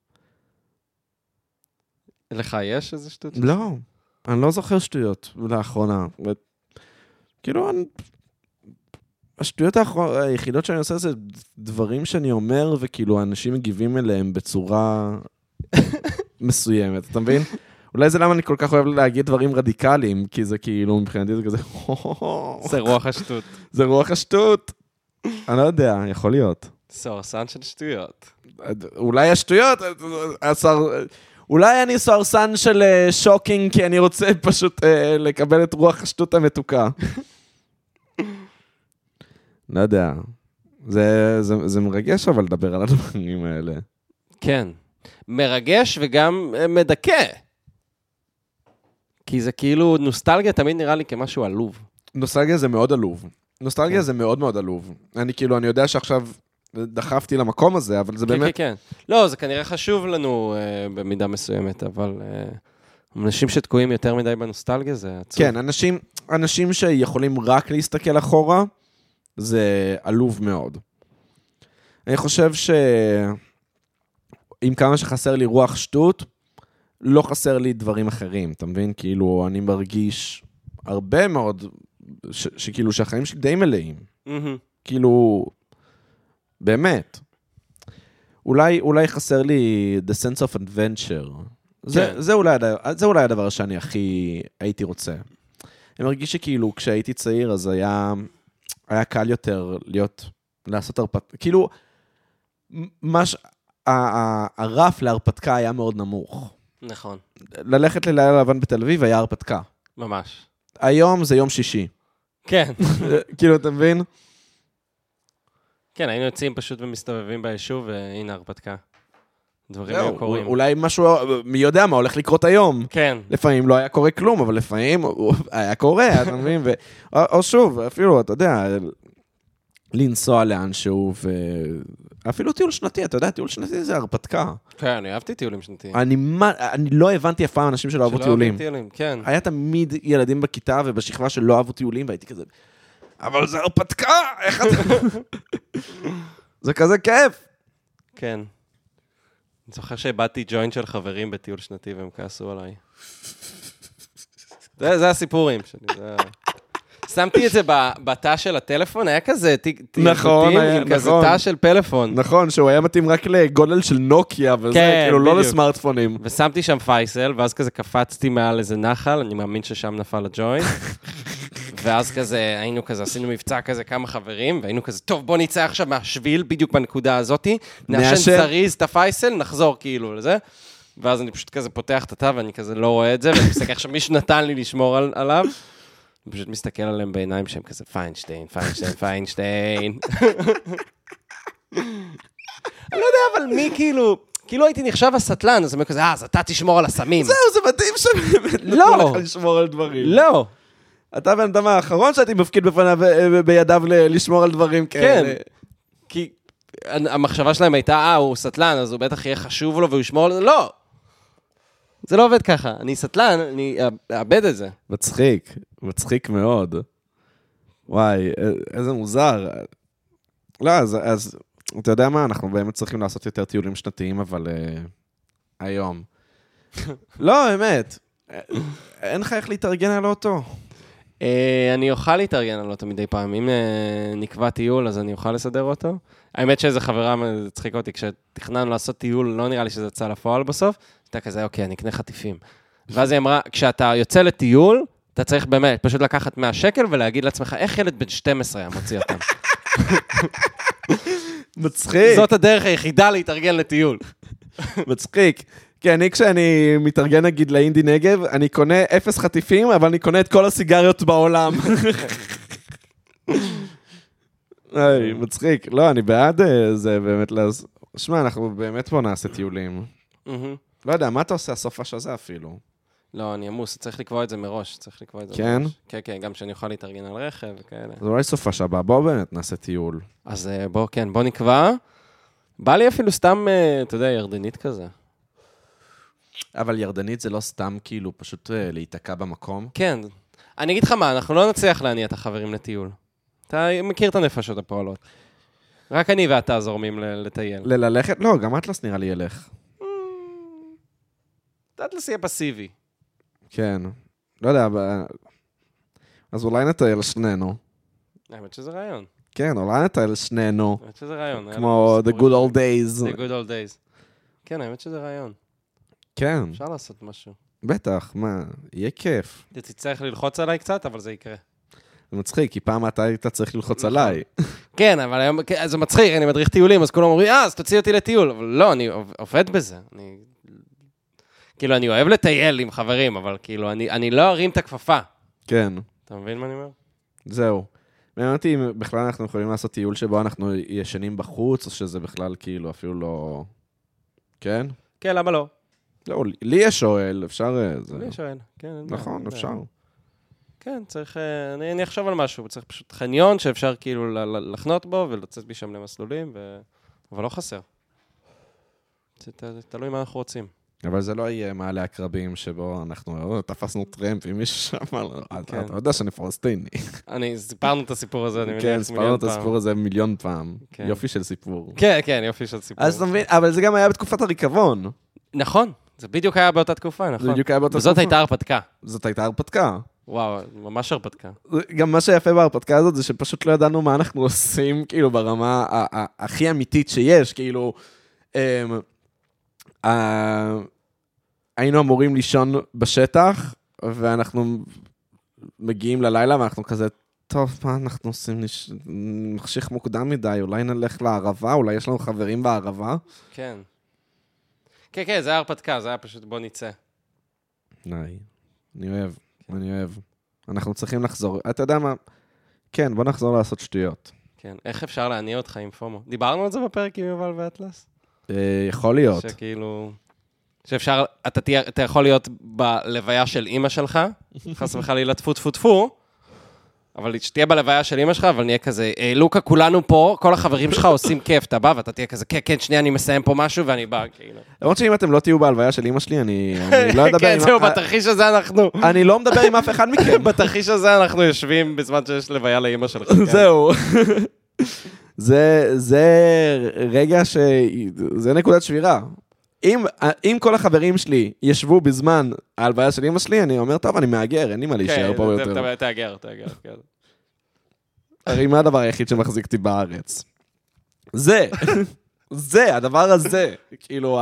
לך יש איזה שטות? לא, אני לא זוכר שטויות לאחרונה. כאילו, השטויות היחידות שאני עושה זה דברים שאני אומר, וכאילו האנשים מגיבים אליהם בצורה מסוימת, אתה מבין? אולי זה למה אני כל כך אוהב להגיד דברים רדיקליים, כי זה כאילו, מבחינתי זה כזה, זה רוח השטות. זה רוח השטות. אני לא יודע, יכול להיות. סוהרסן של שטויות. אולי השטויות, אולי אני סוהרסן של שוקינג, כי אני רוצה פשוט לקבל את רוח השטות המתוקה. לא יודע. זה מרגש אבל לדבר על הדברים האלה. כן. מרגש וגם מדכא. כי זה כאילו, נוסטלגיה תמיד נראה לי כמשהו עלוב. נוסטלגיה זה מאוד עלוב. נוסטלגיה זה מאוד מאוד עלוב. אני יודע שעכשיו דחפתי למקום הזה, אבל זה באמת... כן. לא, זה כנראה חשוב לנו במידה מסוימת, אבל אנשים שתקועים יותר מדי בנוסטלגיה זה עצוב. כן, אנשים שיכולים רק להסתכל אחורה, זה עלוב מאוד. אני חושב עם כמה שחסר לי רוח שטות, לא חסר לי דברים אחרים, אתה מבין? כאילו, אני מרגיש הרבה מאוד, שכאילו שהחיים שלי די מלאים. כאילו, באמת. אולי חסר לי the sense of adventure. זה אולי הדבר שאני הכי הייתי רוצה. אני מרגיש שכאילו, כשהייתי צעיר, אז היה קל יותר לעשות הרפתקה. כאילו, הרף להרפתקה היה מאוד נמוך. נכון. ללכת ללילה לבן בתל אביב היה הרפתקה. ממש. היום זה יום שישי. כן. כאילו, אתה מבין? כן, היינו יוצאים פשוט ומסתובבים ביישוב, והנה הרפתקה. דברים היו קורים. אולי משהו, מי יודע מה הולך לקרות היום. כן. לפעמים לא היה קורה כלום, אבל לפעמים היה קורה, אתה מבין? או שוב, אפילו, אתה יודע, לנסוע לאנשהו, אפילו טיול שנתי, אתה יודע, טיול שנתי זה הרפתקה. כן, אני אהבתי טיולים שנתיים. אני לא הבנתי אף פעם אנשים שלא אהבו טיולים. כן. היה תמיד ילדים בכיתה ובשכבה שלא אהבו טיולים, והייתי כזה, אבל זה הרפתקה, איך אתה... זה כזה כיף. כן. אני זוכר שהבאתי ג'וינט של חברים בטיול שנתי, והם כעסו עליי. זה הסיפורים שלי, זה... שמתי את זה בתא של הטלפון, היה כזה נכון, עם כזה תא של פלאפון. נכון, שהוא היה מתאים רק לגודל של נוקיה, וזה כאילו לא לסמארטפונים. ושמתי שם פייסל, ואז כזה קפצתי מעל איזה נחל, אני מאמין ששם נפל הג'וינט. ואז כזה, היינו כזה, עשינו מבצע כזה כמה חברים, והיינו כזה, טוב, בוא נצא עכשיו מהשביל, בדיוק בנקודה הזאת, נעשן זריז את הפייסל, נחזור כאילו לזה. ואז אני פשוט כזה פותח את התא, ואני כזה לא רואה את זה, ואני מסתכל עכשיו, מישהו נתן לי לשמור עליו. אני פשוט מסתכל עליהם בעיניים שהם כזה, פיינשטיין. אני לא יודע, אבל מי כאילו הייתי נחשב הסטלן, אז אני כזה, אז אתה תשמור על הסמים. זהו, זה מדהים שבאמת נתנו לך לשמור על דברים. לא. אתה בן אדם האחרון שהייתי מפקיד בפניו בידיו לשמור על דברים כאלה. כן, כי המחשבה שלהם הייתה, הוא סטלן, אז הוא בטח יהיה חשוב לו והוא ישמור על זה. לא. זה לא עובד ככה. אני סטלן, אני אאבד את זה. מצחיק מאוד. וואי, איזה מוזר. לא, אז אתה יודע מה? אנחנו באמת צריכים לעשות יותר טיולים שנתיים, אבל היום. לא, באמת. אין לך איך להתארגן על אוטו. אני אוכל להתארגן על אוטו מדי פעם. אם נקבע טיול, אז אני אוכל לסדר אותו. האמת שאיזה חברה צחיקה אותי, כשתכננו לעשות טיול, לא נראה לי שזה יצא לפועל בסוף, הייתה כזה, אוקיי, אני אקנה חטיפים. ואז היא אמרה, כשאתה יוצא לטיול, אתה צריך באמת פשוט לקחת 100 שקל ולהגיד לעצמך, איך ילד בן 12 היה מוציא אותם? מצחיק. זאת הדרך היחידה להתארגן לטיול. מצחיק. כי כשאני מתארגן נגיד לאינדי נגב, אני קונה 0 חטיפים, אבל אני קונה את כל הסיגריות בעולם. מצחיק. לא, אני בעד זה באמת. שמע, אנחנו באמת פה נעשה טיולים. לא יודע, מה אתה עושה הסופש הזה אפילו? לא, אני עמוס, צריך לקבוע את זה מראש. כן? כן, כן, גם שאני אוכל להתארגן על רכב וכאלה. אז אולי סופש הבא, בואו באמת נעשה טיול. אז בוא נקבע. בא לי אפילו סתם, אתה יודע, ירדנית כזה. אבל ירדנית זה לא סתם כאילו פשוט להיתקע במקום? כן. אני אגיד לך מה, אנחנו לא נצליח להניע את החברים לטיול. אתה מכיר את הנפשות הפועלות. רק אני ואתה זורמים לטייל. ללכת? לא, גם אטלס נראה לי ילך. אטלס יהיה פסיבי. כן. לא יודע, אז אולי נטייל שנינו. האמת שזה רעיון. כן, אולי נטייל שנינו. האמת שזה רעיון. כמו the good old days. The good old days. כן, האמת שזה רעיון. כן. אפשר לעשות משהו. בטח, מה, יהיה כיף. תצטרך ללחוץ עליי קצת, אבל זה יקרה. זה מצחיק, כי פעם אתה היית צריך ללחוץ עליי. כן, אבל היום, זה מצחיק, אני מדריך טיולים, אז כולם אומרים, אז תוציא אותי לטיול. אבל לא, אני עובד בזה. כאילו, אני אוהב לטייל עם חברים, אבל כאילו, אני לא ארים את הכפפה. כן. אתה מבין מה אני אומר? זהו. ואמרתי, אם בכלל אנחנו יכולים לעשות טיול שבו אנחנו ישנים בחוץ, או שזה בכלל כאילו אפילו לא... כן? כן, למה לא? לא, לי יש שואל, אפשר... לי יש שואל, כן. נכון, אפשר. כן, צריך... אני אחשוב על משהו, צריך פשוט חניון שאפשר כאילו לחנות בו ולצאת משם למסלולים, אבל לא חסר. זה תלוי מה אנחנו רוצים. אבל זה לא יהיה מעלה הקרבים שבו אנחנו תפסנו טרמפ עם מישהו שאמר, אתה יודע שאני פלסטיני. סיפרנו את הסיפור הזה, אני מניח כן, סיפרנו את הסיפור הזה מיליון פעם. יופי של סיפור. כן, כן, יופי של סיפור. אז אתה מבין, אבל זה גם היה בתקופת הריקבון. נכון, זה בדיוק היה באותה תקופה, נכון. זה בדיוק היה באותה תקופה. וזאת הייתה הרפתקה. זאת הייתה הרפתקה. וואו, ממש הרפתקה. גם מה שיפה בהרפתקה הזאת זה שפשוט לא ידענו מה אנחנו עושים, כאילו, ברמה הכי אמיתית שיש, כאילו, היינו אמורים לישון בשטח, ואנחנו מגיעים ללילה, ואנחנו כזה, טוב, מה אנחנו עושים? מחשיך מוקדם מדי, אולי נלך לערבה, אולי יש לנו חברים בערבה. כן. כן, כן, זה היה הרפתקה, זה היה פשוט בוא נצא. אני אוהב. אנחנו צריכים לחזור. אתה יודע מה? כן, בוא נחזור לעשות שטויות. כן, איך אפשר להניע אותך עם פומו? דיברנו על זה בפרק עם יובל ואטלס? יכול להיות. שכאילו... שאפשר, אתה יכול להיות בלוויה של אמא שלך, חס וחלילה טפו טפו טפו, אבל שתהיה בלוויה של אמא שלך, אבל נהיה כזה, לוקה, כולנו פה, כל החברים שלך עושים כיף, אתה בא ואתה תהיה כזה, כן, שנייה, אני מסיים פה משהו ואני בא, כאילו. למרות שאם אתם לא תהיו בהלוויה של אמא שלי, אני לא אדבר עם... כן, זהו, בתרחיש הזה אנחנו... אני לא מדבר עם אף אחד מכם. בתרחיש הזה אנחנו יושבים בזמן שיש לוויה לאמא שלך. זהו. זה רגע זה נקודת שבירה. אם כל החברים שלי ישבו בזמן ההלוויה של אמא שלי, אני אומר, טוב, אני מאגר, אין לי מה להישאר פה יותר. תאגר, כן. הרי מה הדבר היחיד שמחזיק אותי בארץ? זה, הדבר הזה. כאילו,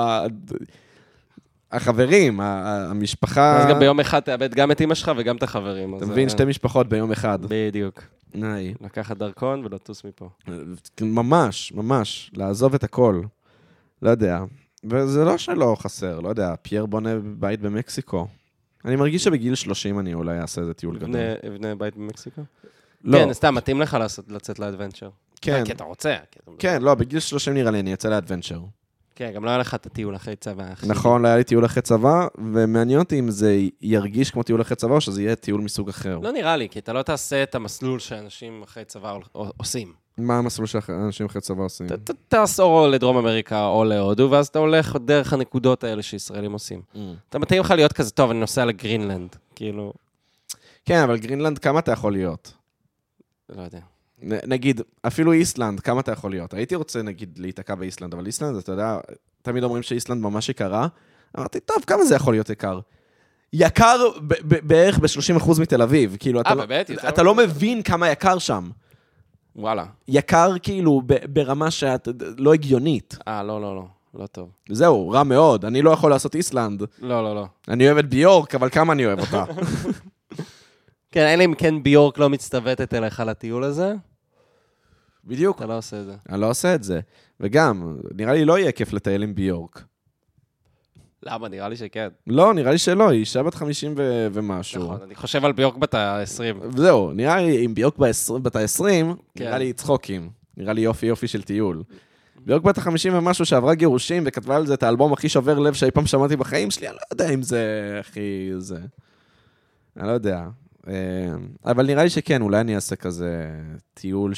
החברים, המשפחה... אז גם ביום אחד תאבד גם את אמא שלך וגם את החברים. אתה מבין, שתי משפחות ביום אחד. בדיוק. נאי. לקחת דרכון ולטוס מפה. ממש, לעזוב את הכל. לא יודע. וזה לא שלא חסר, לא יודע, פייר בונה בית במקסיקו. אני מרגיש שבגיל 30 אני אולי אעשה איזה טיול גדול. אבנה בית במקסיקו? לא. כן, סתם, מתאים לך לצאת לאדוונצ'ר. כן. כי אתה רוצה. כן, לא, בגיל 30 נראה לי, אני אצא לאדוונצ'ר. כן, גם לא היה לך את הטיול אחרי צבא. נכון, לא היה לי טיול אחרי צבא, ומעניין אותי אם זה ירגיש כמו טיול אחרי צבא, או שזה יהיה טיול מסוג אחר. לא נראה לי, כי אתה לא תעשה את המסלול שאנשים אחרי צבא עושים. מה המסלול שאנשים אחרי צבא עושים? טס או לדרום אמריקה או להודו, ואז אתה הולך דרך הנקודות האלה שישראלים עושים. אתה מתאים לך להיות כזה, טוב, אני נוסע לגרינלנד, כאילו... כן, אבל גרינלנד, כמה אתה יכול להיות? לא יודע. נגיד, אפילו איסלנד, כמה אתה יכול להיות? הייתי רוצה, נגיד, להתעקע באיסלנד, אבל איסלנד, אתה יודע, תמיד אומרים שאיסלנד ממש יקרה. אמרתי, טוב, כמה זה יכול להיות יקר? יקר בערך ב-30% מתל אביב. כאילו, אתה לא מבין כמה יקר שם. וואלה. יקר, כאילו, ברמה שאת לא הגיונית. לא טוב. זהו, רע מאוד. אני לא יכול לעשות איסלנד. לא. אני אוהב את ביורק, אבל כמה אני אוהב אותה? כן, אלא אם כן ביורק לא מצטוותת אליך לטיול הזה. בדיוק. אתה לא עושה את זה. אני לא עושה את זה. וגם, נראה לי לא יהיה כיף לטייל עם ביורק. למה? נראה לי שכן. לא, נראה לי שלא, היא אישה בת 50 ומשהו. נכון, אני חושב על ביורק בת ה-20. זהו, נראה לי, אם ביורק בת ה-20, נראה לי צחוקים. נראה לי יופי של טיול. ביורק בת ה-50 ומשהו שעברה גירושים, וכתבה על זה את האלבום הכי שובר לב שאי פעם שמעתי בחיים שלי, אני לא יודע אם זה הכי זה. אני לא יודע. אבל נראה לי שכן, אולי אני אעשה כזה טיול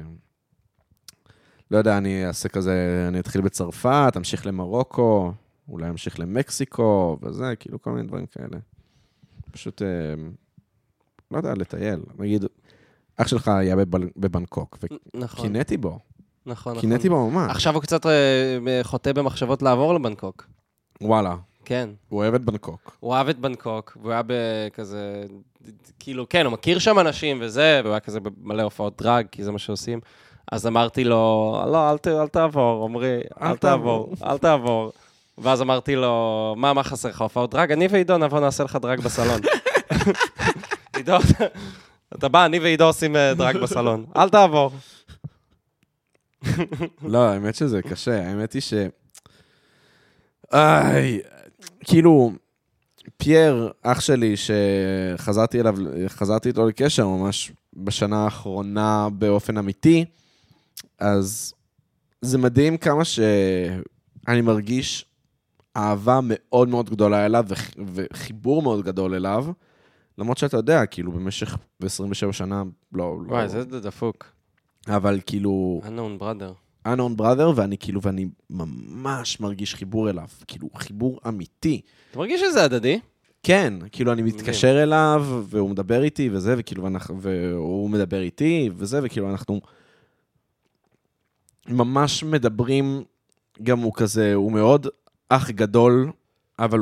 לא יודע, אני אעשה כזה, אני אתחיל בצרפת, אמשיך למרוקו, אולי אמשיך למקסיקו, וזה, כאילו כל מיני דברים כאלה. פשוט, לא יודע, לטייל. נגיד, אח שלך היה בבנקוק, וקינאתי בו. נכון. קינאתי בו ממש. עכשיו הוא קצת חוטא במחשבות לעבור לבנקוק. וואלה. כן. הוא אוהב את בנקוק. הוא אוהב את בנקוק, והוא היה בכזה, כאילו, כן, הוא מכיר שם אנשים וזה, והוא היה כזה במלא הופעות דרג, כי זה מה שעושים. אז אמרתי לו, לא, אל תעבור, עמרי, אל תעבור. ואז אמרתי לו, מה חסר לך, הופעות דרג? אני ועידו נבוא נעשה לך דרג בסלון. עידו, אתה בא, אני ועידו עושים דרג בסלון. אל תעבור. לא, האמת שזה קשה. האמת היא כאילו, פייר, אח שלי, חזרתי איתו לקשר ממש בשנה האחרונה באופן אמיתי, אז זה מדהים כמה שאני מרגיש אהבה מאוד מאוד גדולה אליו, וחיבור מאוד גדול אליו, למרות שאתה יודע, כאילו, במשך 27 שנה, לא... וואי, זה דפוק. אבל כאילו... unknown brother, ואני כאילו, ואני ממש מרגיש חיבור אליו, כאילו, חיבור אמיתי. אתה מרגיש שזה הדדי? כן, כאילו, אני מתקשר אליו, והוא מדבר איתי, וזה, וכאילו, והוא מדבר איתי, וזה, וכאילו, אנחנו ממש מדברים, גם הוא כזה, הוא מאוד אח גדול, אבל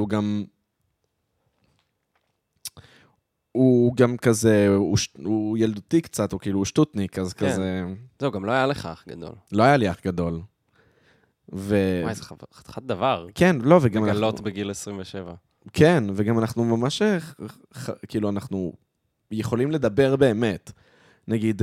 הוא גם כזה, הוא ילדותי קצת, הוא כאילו שטוטניק, אז כזה... זהו, גם לא היה לך אח גדול. לא היה לי אח גדול. וואי, זה חתיכת דבר. כן, לא, וגם אנחנו... לגלות בגיל 27. כן, וגם אנחנו ממש, כאילו, אנחנו יכולים לדבר באמת. נגיד,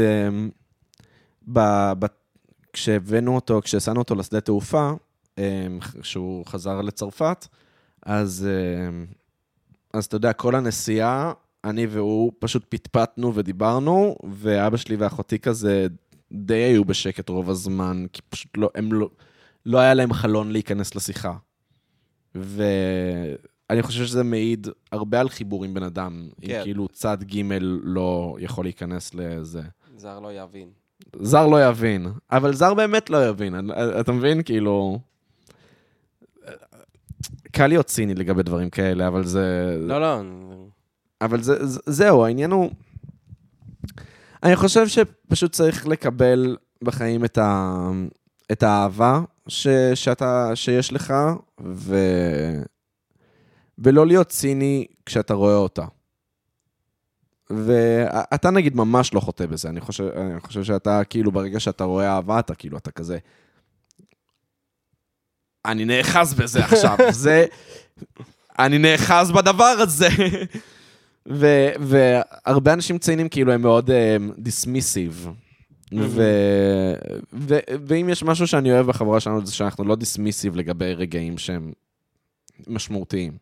כשהבאנו אותו, כשעשינו אותו לשדה תעופה, כשהוא חזר לצרפת, אז אתה יודע, כל הנסיעה, אני והוא פשוט פטפטנו ודיברנו, ואבא שלי ואחותי כזה די היו בשקט רוב הזמן, כי פשוט לא היה להם חלון להיכנס לשיחה. ואני חושב שזה מעיד הרבה על חיבור עם בן אדם, אם כאילו צד ג' לא יכול להיכנס לזה. זר לא יבין. זר לא יבין, אבל זר באמת לא יבין, אתה מבין? כאילו... קל להיות ציני לגבי דברים כאלה, אבל זה... לא. אבל זהו, העניין הוא... אני חושב שפשוט צריך לקבל בחיים את האהבה שיש לך, ולא להיות ציני כשאתה רואה אותה. ואתה נגיד ממש לא חוטא בזה, אני חושב שאתה כאילו ברגע שאתה רואה אהבה, אתה כאילו, אתה כזה... אני נאחז בזה עכשיו, אני נאחז בדבר הזה. והרבה אנשים ציינים כאילו הם מאוד דיסמיסיב. ואם יש משהו שאני אוהב בחברה שלנו, זה שאנחנו לא דיסמיסיב לגבי רגעים שהם משמעותיים.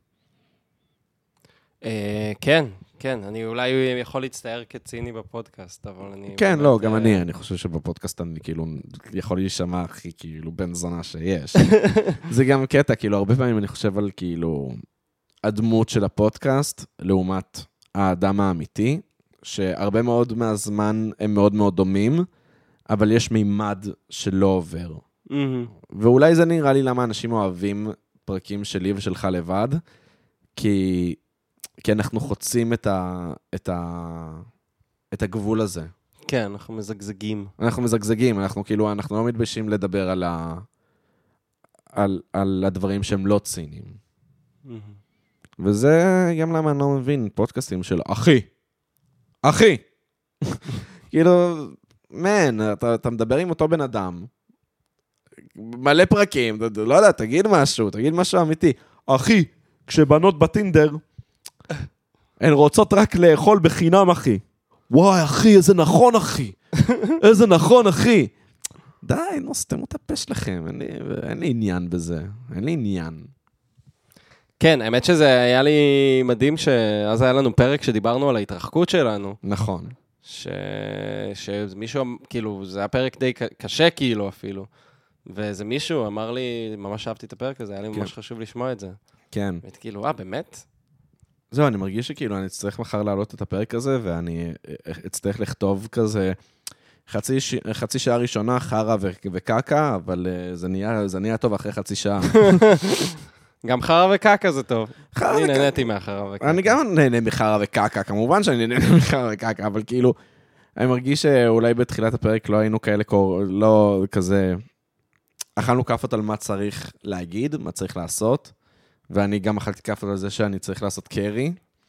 כן, אני אולי יכול להצטער כציני בפודקאסט, אבל אני... כן, לא, גם אני חושב שבפודקאסט אני כאילו יכול להישמע הכי כאילו בן זונה שיש. זה גם קטע, כאילו הרבה פעמים אני חושב על כאילו הדמות של הפודקאסט, לעומת האדם האמיתי, שהרבה מאוד מהזמן הם מאוד מאוד דומים, אבל יש מימד שלא עובר. ואולי זה נראה לי למה אנשים אוהבים פרקים שלי ושלך לבד, כי אנחנו חוצים את הגבול הזה. כן, אנחנו מזגזגים. אנחנו כאילו, אנחנו לא מתביישים לדבר על הדברים שהם לא ציניים. וזה גם למה אני לא מבין פודקאסטים של אחי. כאילו, אתה מדבר עם אותו בן אדם, מלא פרקים, לא יודע, תגיד משהו אמיתי. אחי, כשבנות בטינדר, הן רוצות רק לאכול בחינם, אחי. וואי, אחי, איזה נכון, אחי. די, נו, סתמו את הפה שלכם. אין לי עניין בזה. כן, האמת שזה היה לי מדהים שאז היה לנו פרק שדיברנו על ההתרחקות שלנו. נכון. שמישהו, כאילו, זה היה פרק די קשה, כאילו, אפילו. ואיזה מישהו אמר לי, ממש אהבתי את הפרק הזה, היה לי ממש חשוב לשמוע את זה. כן. והייתי כאילו, באמת? זהו, אני מרגיש שכאילו אני אצטרך מחר להעלות את הפרק הזה, ואני אצטרך לכתוב כזה חצי שעה ראשונה, חרה וקקה, אבל זה נהיה טוב אחרי חצי שעה. גם חרה וקקה זה טוב. אני נהניתי מהחרה וקקה. אני גם נהנה מחרה וקקה, כמובן שאני נהנה מחרה וקקה, אבל כאילו, אני מרגיש שאולי בתחילת הפרק לא היינו כאלה, לא כזה, אכלנו כפות על מה צריך להגיד, מה צריך לעשות, ואני גם אכלתי כפות על זה שאני צריך לעשות קרי.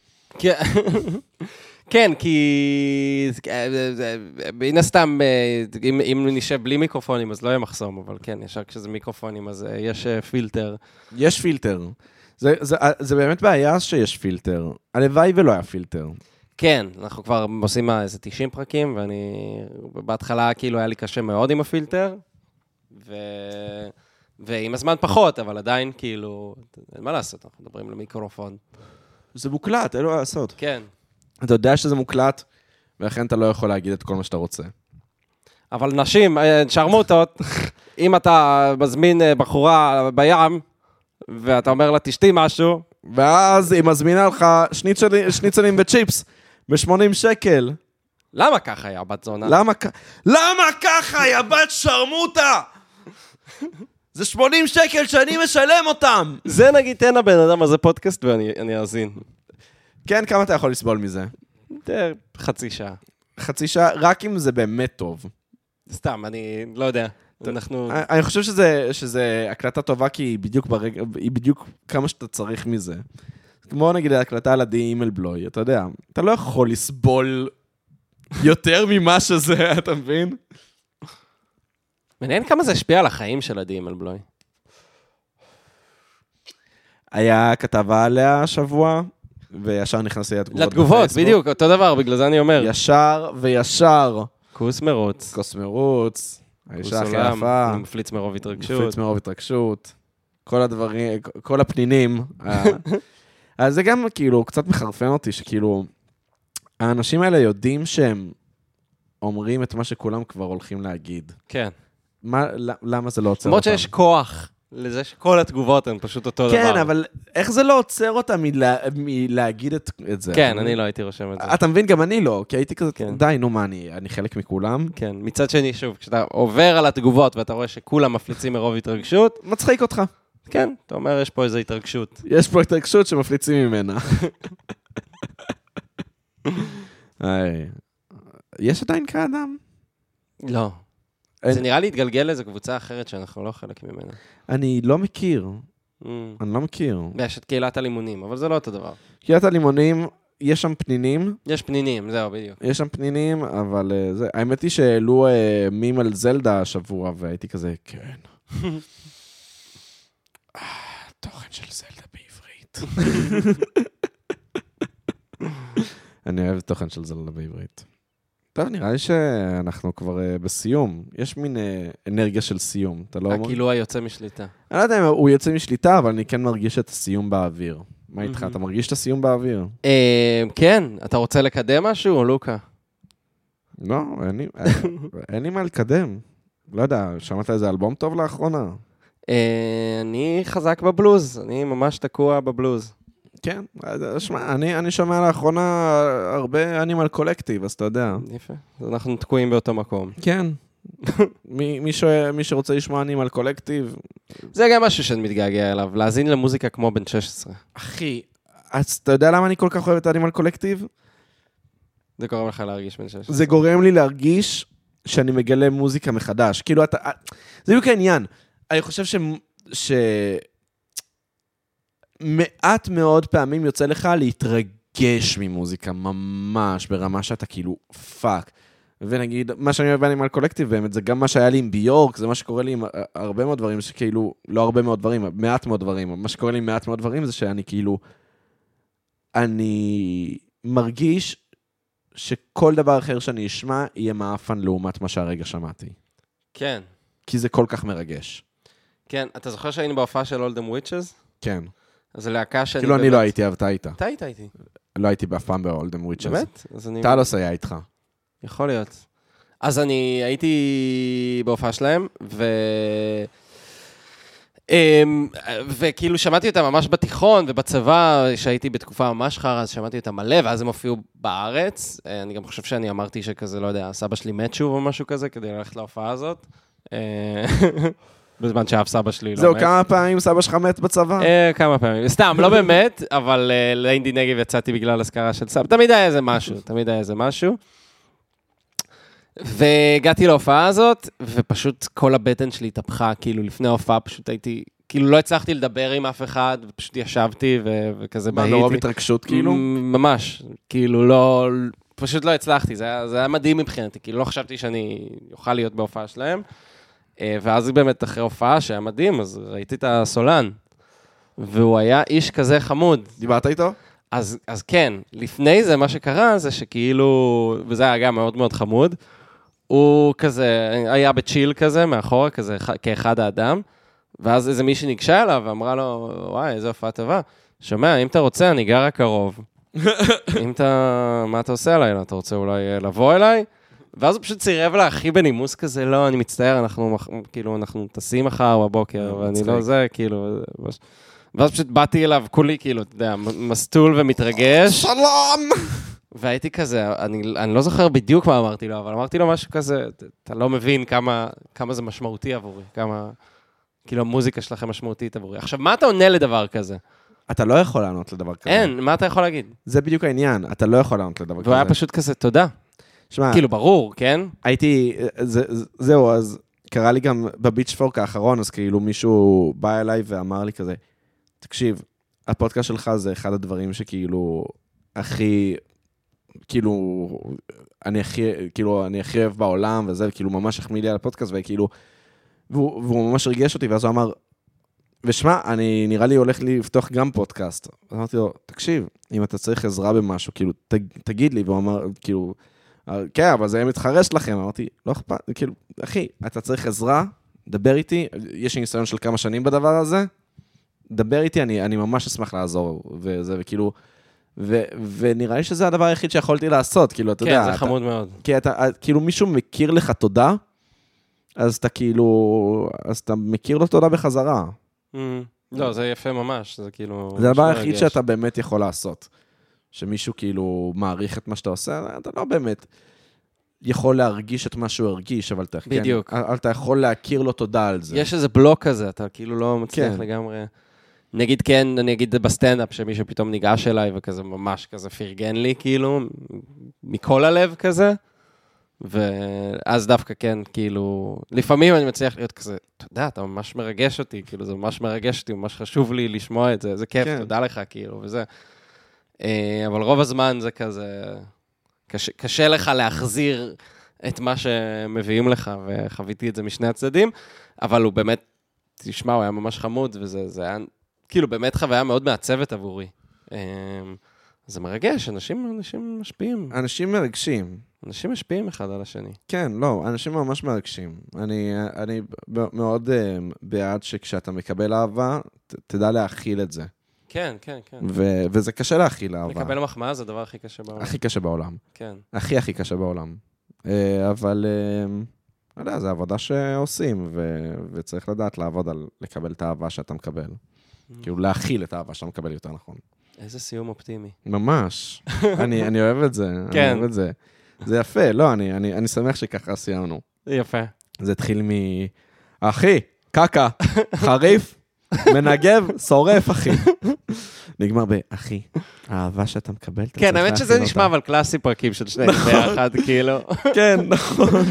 כן, כי בין הסתם, אם נשב בלי מיקרופונים, אז לא יהיה מחסום, אבל כן, ישר כשזה מיקרופונים, אז יש פילטר. יש פילטר. זה באמת בעיה שיש פילטר. הלוואי ולא היה פילטר. כן, אנחנו כבר עושים איזה 90 פרקים, ואני בהתחלה כאילו היה לי קשה מאוד עם הפילטר, ועם הזמן פחות, אבל עדיין כאילו, אין מה לעשות, אנחנו מדברים למיקרופון. זה מוקלט, אין מה לעשות. כן. אתה יודע שזה מוקלט, ולכן אתה לא יכול להגיד את כל מה שאתה רוצה. אבל נשים, שרמוטות, אם אתה מזמין בחורה בים, ואתה אומר לה, תשתי משהו, ואז היא מזמינה לך שניצלים וצ'יפס ב-80 שקל. למה ככה היה בת זונה? למה ככה, יא בת שרמוטה? זה 80 שקל שאני משלם אותם. זה נגיד, תן הבן אדם הזה פודקאסט ואני אאזין. כן, כמה אתה יכול לסבול מזה? חצי שעה. חצי שעה, רק אם זה באמת טוב. סתם, אני לא יודע. אנחנו... אני חושב שזה הקלטה טובה, כי היא בדיוק כמה שאתה צריך מזה. כמו נגיד הקלטה על עדי אימלבלוי, אתה יודע, אתה לא יכול לסבול יותר ממה שזה, אתה מבין? מעניין כמה זה השפיע על החיים של עדי אימלבלוי. היה כתבה עליה השבוע, וישר נכנסתי לתגובות. לתגובות, בדיוק, אותו דבר, בגלל זה אני אומר. ישר וישר. כוס מרוץ. כוס מרוץ. האישה הכי יפה. אני מפליץ מרוב התרגשות. מפליץ מרוב התרגשות. כל הדברים, כל הפנינים. אז זה גם כאילו קצת מחרפן אותי, שכאילו, האנשים האלה יודעים שהם אומרים את מה שכולם כבר הולכים להגיד. כן. למה זה לא עוצר אותם? למרות שיש כוח לזה שכל התגובות הן פשוט אותו דבר. כן, אבל איך זה לא עוצר אותם מלהגיד את זה? כן, אני לא הייתי רושם את זה. אתה מבין, גם אני לא, כי הייתי כזה, די, נו מה, אני חלק מכולם. כן, מצד שני, שוב, כשאתה עובר על התגובות ואתה רואה שכולם מפליצים מרוב התרגשות, מצחיק אותך. כן, אתה אומר, יש פה איזו התרגשות. יש פה התרגשות שמפליצים ממנה. יש עדיין כאדם? לא. זה נראה לי התגלגל לאיזו קבוצה אחרת שאנחנו לא חלק ממנה. אני לא מכיר. אני לא מכיר. יש את קהילת הלימונים, אבל זה לא אותו דבר. קהילת הלימונים, יש שם פנינים. יש פנינים, זהו, בדיוק. יש שם פנינים, אבל זה... האמת היא שהעלו מים על זלדה השבוע, והייתי כזה, כן. תוכן של זלדה בעברית. אני אוהב תוכן של זלדה בעברית. טוב, נראה לי שאנחנו כבר בסיום. יש מין אנרגיה של סיום. אתה לא אומר? כאילו היוצא משליטה. אני לא יודע אם הוא יוצא משליטה, אבל אני כן מרגיש את הסיום באוויר. מה איתך? אתה מרגיש את הסיום באוויר? כן. אתה רוצה לקדם משהו, או לוקה? לא, אין לי מה לקדם. לא יודע, שמעת איזה אלבום טוב לאחרונה? אני חזק בבלוז. אני ממש תקוע בבלוז. כן, שמע, אני שומע לאחרונה הרבה אנימל קולקטיב, אז אתה יודע. יפה, אז אנחנו תקועים באותו מקום. כן. מי שרוצה לשמוע אנימל קולקטיב... זה גם משהו שאני מתגעגע אליו, להאזין למוזיקה כמו בן 16. אחי, אז אתה יודע למה אני כל כך אוהב את אנימל קולקטיב? זה גורם לך להרגיש בן 16. זה גורם לי להרגיש שאני מגלה מוזיקה מחדש. כאילו, זה בדיוק העניין. אני חושב מעט מאוד פעמים יוצא לך להתרגש ממוזיקה, ממש ברמה שאתה כאילו פאק. ונגיד, מה שאני אוהב באנימל קולקטיב באמת, זה גם מה שהיה לי עם ביורק, זה מה שקורה לי עם הרבה מאוד דברים, שכאילו, לא הרבה מאוד דברים, מעט מאוד דברים. מה שקורה לי עם מעט מאוד דברים זה שאני כאילו, אני מרגיש שכל דבר אחר שאני אשמע, יהיה מאפן לעומת מה שהרגע שמעתי. כן. כי זה כל כך מרגש. כן, אתה זוכר שהיינו בהופעה של All Them Witches? כן. אז זה להקה שאני... כאילו אני לא הייתי, אבל אתה היית. אתה היית איתי. לא הייתי באף פעם ב-All Them Witches. באמת? טלוס היה איתך. יכול להיות. אז אני הייתי בהופעה שלהם, וכאילו שמעתי אותם ממש בתיכון ובצבא, שהייתי בתקופה ממש חרה, אז שמעתי אותם מלא, ואז הם הופיעו בארץ. אני גם חושב שאני אמרתי שכזה, לא יודע, סבא שלי מת שוב או משהו כזה, כדי ללכת להופעה הזאת. בזמן שאף סבא שלי לא מת. זהו, כמה פעמים סבא שלך מת בצבא? כמה פעמים. סתם, לא באמת, אבל לאינדי נגב יצאתי בגלל הזכרה של סבא. תמיד היה איזה משהו. והגעתי להופעה הזאת, ופשוט כל הבטן שלי התהפכה, כאילו לפני ההופעה פשוט הייתי, כאילו לא הצלחתי לדבר עם אף אחד, ופשוט ישבתי וכזה בהיתי. מה, מרוב התרגשות כאילו? ממש, כאילו לא, פשוט לא הצלחתי, זה היה מדהים מבחינתי, כאילו לא חשבתי שאני אוכל להיות בהופעה שלהם, ואז באמת אחרי הופעה שהיה מדהים, אז ראיתי את הסולן, והוא היה איש כזה חמוד. דיברת איתו? אז כן, לפני זה מה שקרה זה שכאילו, וזה היה גם מאוד מאוד חמוד, הוא כזה, היה בצ'יל כזה, מאחורה, כזה, כאחד האדם, ואז איזה מישהי ניגשה אליו, ואמרה לו, וואי, איזו הופעה טובה. שומע, אם אתה רוצה, אני גר הקרוב. מה אתה עושה עליי? אתה רוצה אולי לבוא אליי? ואז הוא פשוט צירב לה, הכי בנימוס כזה, לא, אני מצטער, אנחנו טסים מחר בבוקר, ואני לא זה, כאילו, ואז פשוט באתי אליו, כולי, כאילו, אתה יודע, מסטול ומתרגש. שלום! והייתי כזה, אני לא זוכר בדיוק מה אמרתי לו, אבל אמרתי לו משהו כזה, אתה לא מבין כמה זה משמעותי עבורי, כמה, כאילו, המוזיקה שלכם משמעותית עבורי. עכשיו, מה אתה עונה לדבר כזה? אתה לא יכול לענות לדבר כזה. אין, מה אתה יכול להגיד? זה בדיוק העניין, אתה לא יכול לענות לדבר כזה. והוא היה פשוט כזה, תודה. שמה, כאילו, ברור, כן? הייתי, זהו, אז קרה לי גם בביצ'פורק האחרון, אז כאילו מישהו בא אליי ואמר לי כזה, תקשיב, הפודקאסט שלך זה אחד הדברים שכאילו, הכי, כאילו, אני הכי אוהב בעולם, וזה, כאילו, ממש החמיא לי על הפודקאסט, וכאילו, והוא ממש הרגש אותי, ואז הוא אמר, ושמע, אני נראה לי הולך לפתוח גם פודקאסט. אז אמרתי לו, תקשיב, אם אתה צריך עזרה במשהו, כאילו, תגיד לי, והוא אמר, כאילו, כן, אבל זה מתחרש לכם. אמרתי, לא אכפת, כאילו, אחי, אתה צריך עזרה, דבר איתי, יש לי ניסיון של כמה שנים בדבר הזה, דבר איתי, אני ממש אשמח לעזור, וזה, וכאילו, ונראה לי שזה הדבר היחיד שיכולתי לעשות, כאילו, אתה יודע. כן, זה חמוד מאוד. כי אתה, כאילו, מישהו מכיר לך תודה, אז אתה כאילו, אז אתה מכיר לו תודה בחזרה. לא, זה יפה ממש, זה כאילו... זה הדבר היחיד שאתה באמת יכול לעשות. שמישהו כאילו מעריך את מה שאתה עושה, אתה לא באמת יכול להרגיש את מה שהוא הרגיש, אבל אתה... בדיוק. כן, אתה יכול להכיר לו תודה על זה. יש איזה בלוק כזה, אתה כאילו לא מצליח לגמרי... נגיד כן, אני אגיד בסטנדאפ, שמישהו פתאום ניגש אליי וכזה ממש כזה פרגן לי, כאילו, מכל הלב כזה, ואז דווקא כן, כאילו, לפעמים אני מצליח להיות כזה, אתה יודע, אתה ממש מרגש אותי, כאילו, זה ממש מרגש אותי, ממש חשוב לי לשמוע את זה, זה כיף, תודה לך, כאילו, וזה. אבל רוב הזמן זה כזה, קשה לך להחזיר את מה שמביאים לך, וחוויתי את זה משני הצדדים, אבל הוא באמת, תשמע, הוא היה ממש חמוד, וזה היה, כאילו, באמת חוויה מאוד מעצבת עבורי. זה מרגש, אנשים משפיעים. אנשים מרגשים. אנשים משפיעים אחד על השני. כן, לא, אנשים ממש מרגשים. אני מאוד בעד שכשאתה מקבל אהבה, תדע להכיל את זה. כן, כן, כן. וזה קשה להכיל אהבה. לקבל מחמאה זה הדבר הכי קשה בעולם. הכי קשה בעולם. כן. הכי קשה בעולם. אבל, לא יודע, זה עבודה שעושים, וצריך לדעת לעבוד על לקבל את האהבה שאתה מקבל. כאילו, להכיל את האהבה שאתה מקבל יותר נכון. איזה סיום אופטימי. ממש. אני אוהב את זה. כן. אני אוהב את זה. זה יפה, לא, אני שמח שככה סיימנו. יפה. זה התחיל אחי, קקה, חריף, מנגב, שורף, אחי. נגמר אחי, האהבה שאתה מקבל, כן, האמת שזה נשמע אבל קלאסי פרקים של שני ביחד, כאילו. כן, נכון.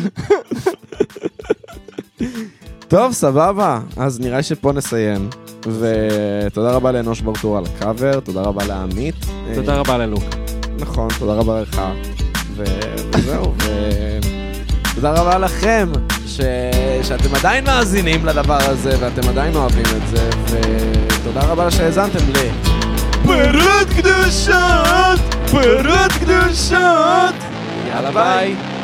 טוב, סבבה. אז נראה שפה נסיים. ותודה רבה לאנוש ברטור על הקאבר, תודה רבה לעמית. תודה רבה ללוק. נכון, תודה רבה לך. וזהו, תודה רבה לכם שאתם עדיין מאזינים לדבר הזה, ואתם עדיין אוהבים את זה, ותודה רבה שהאזנתם פירות קדושות, פירות קדושות. יאללה ביי.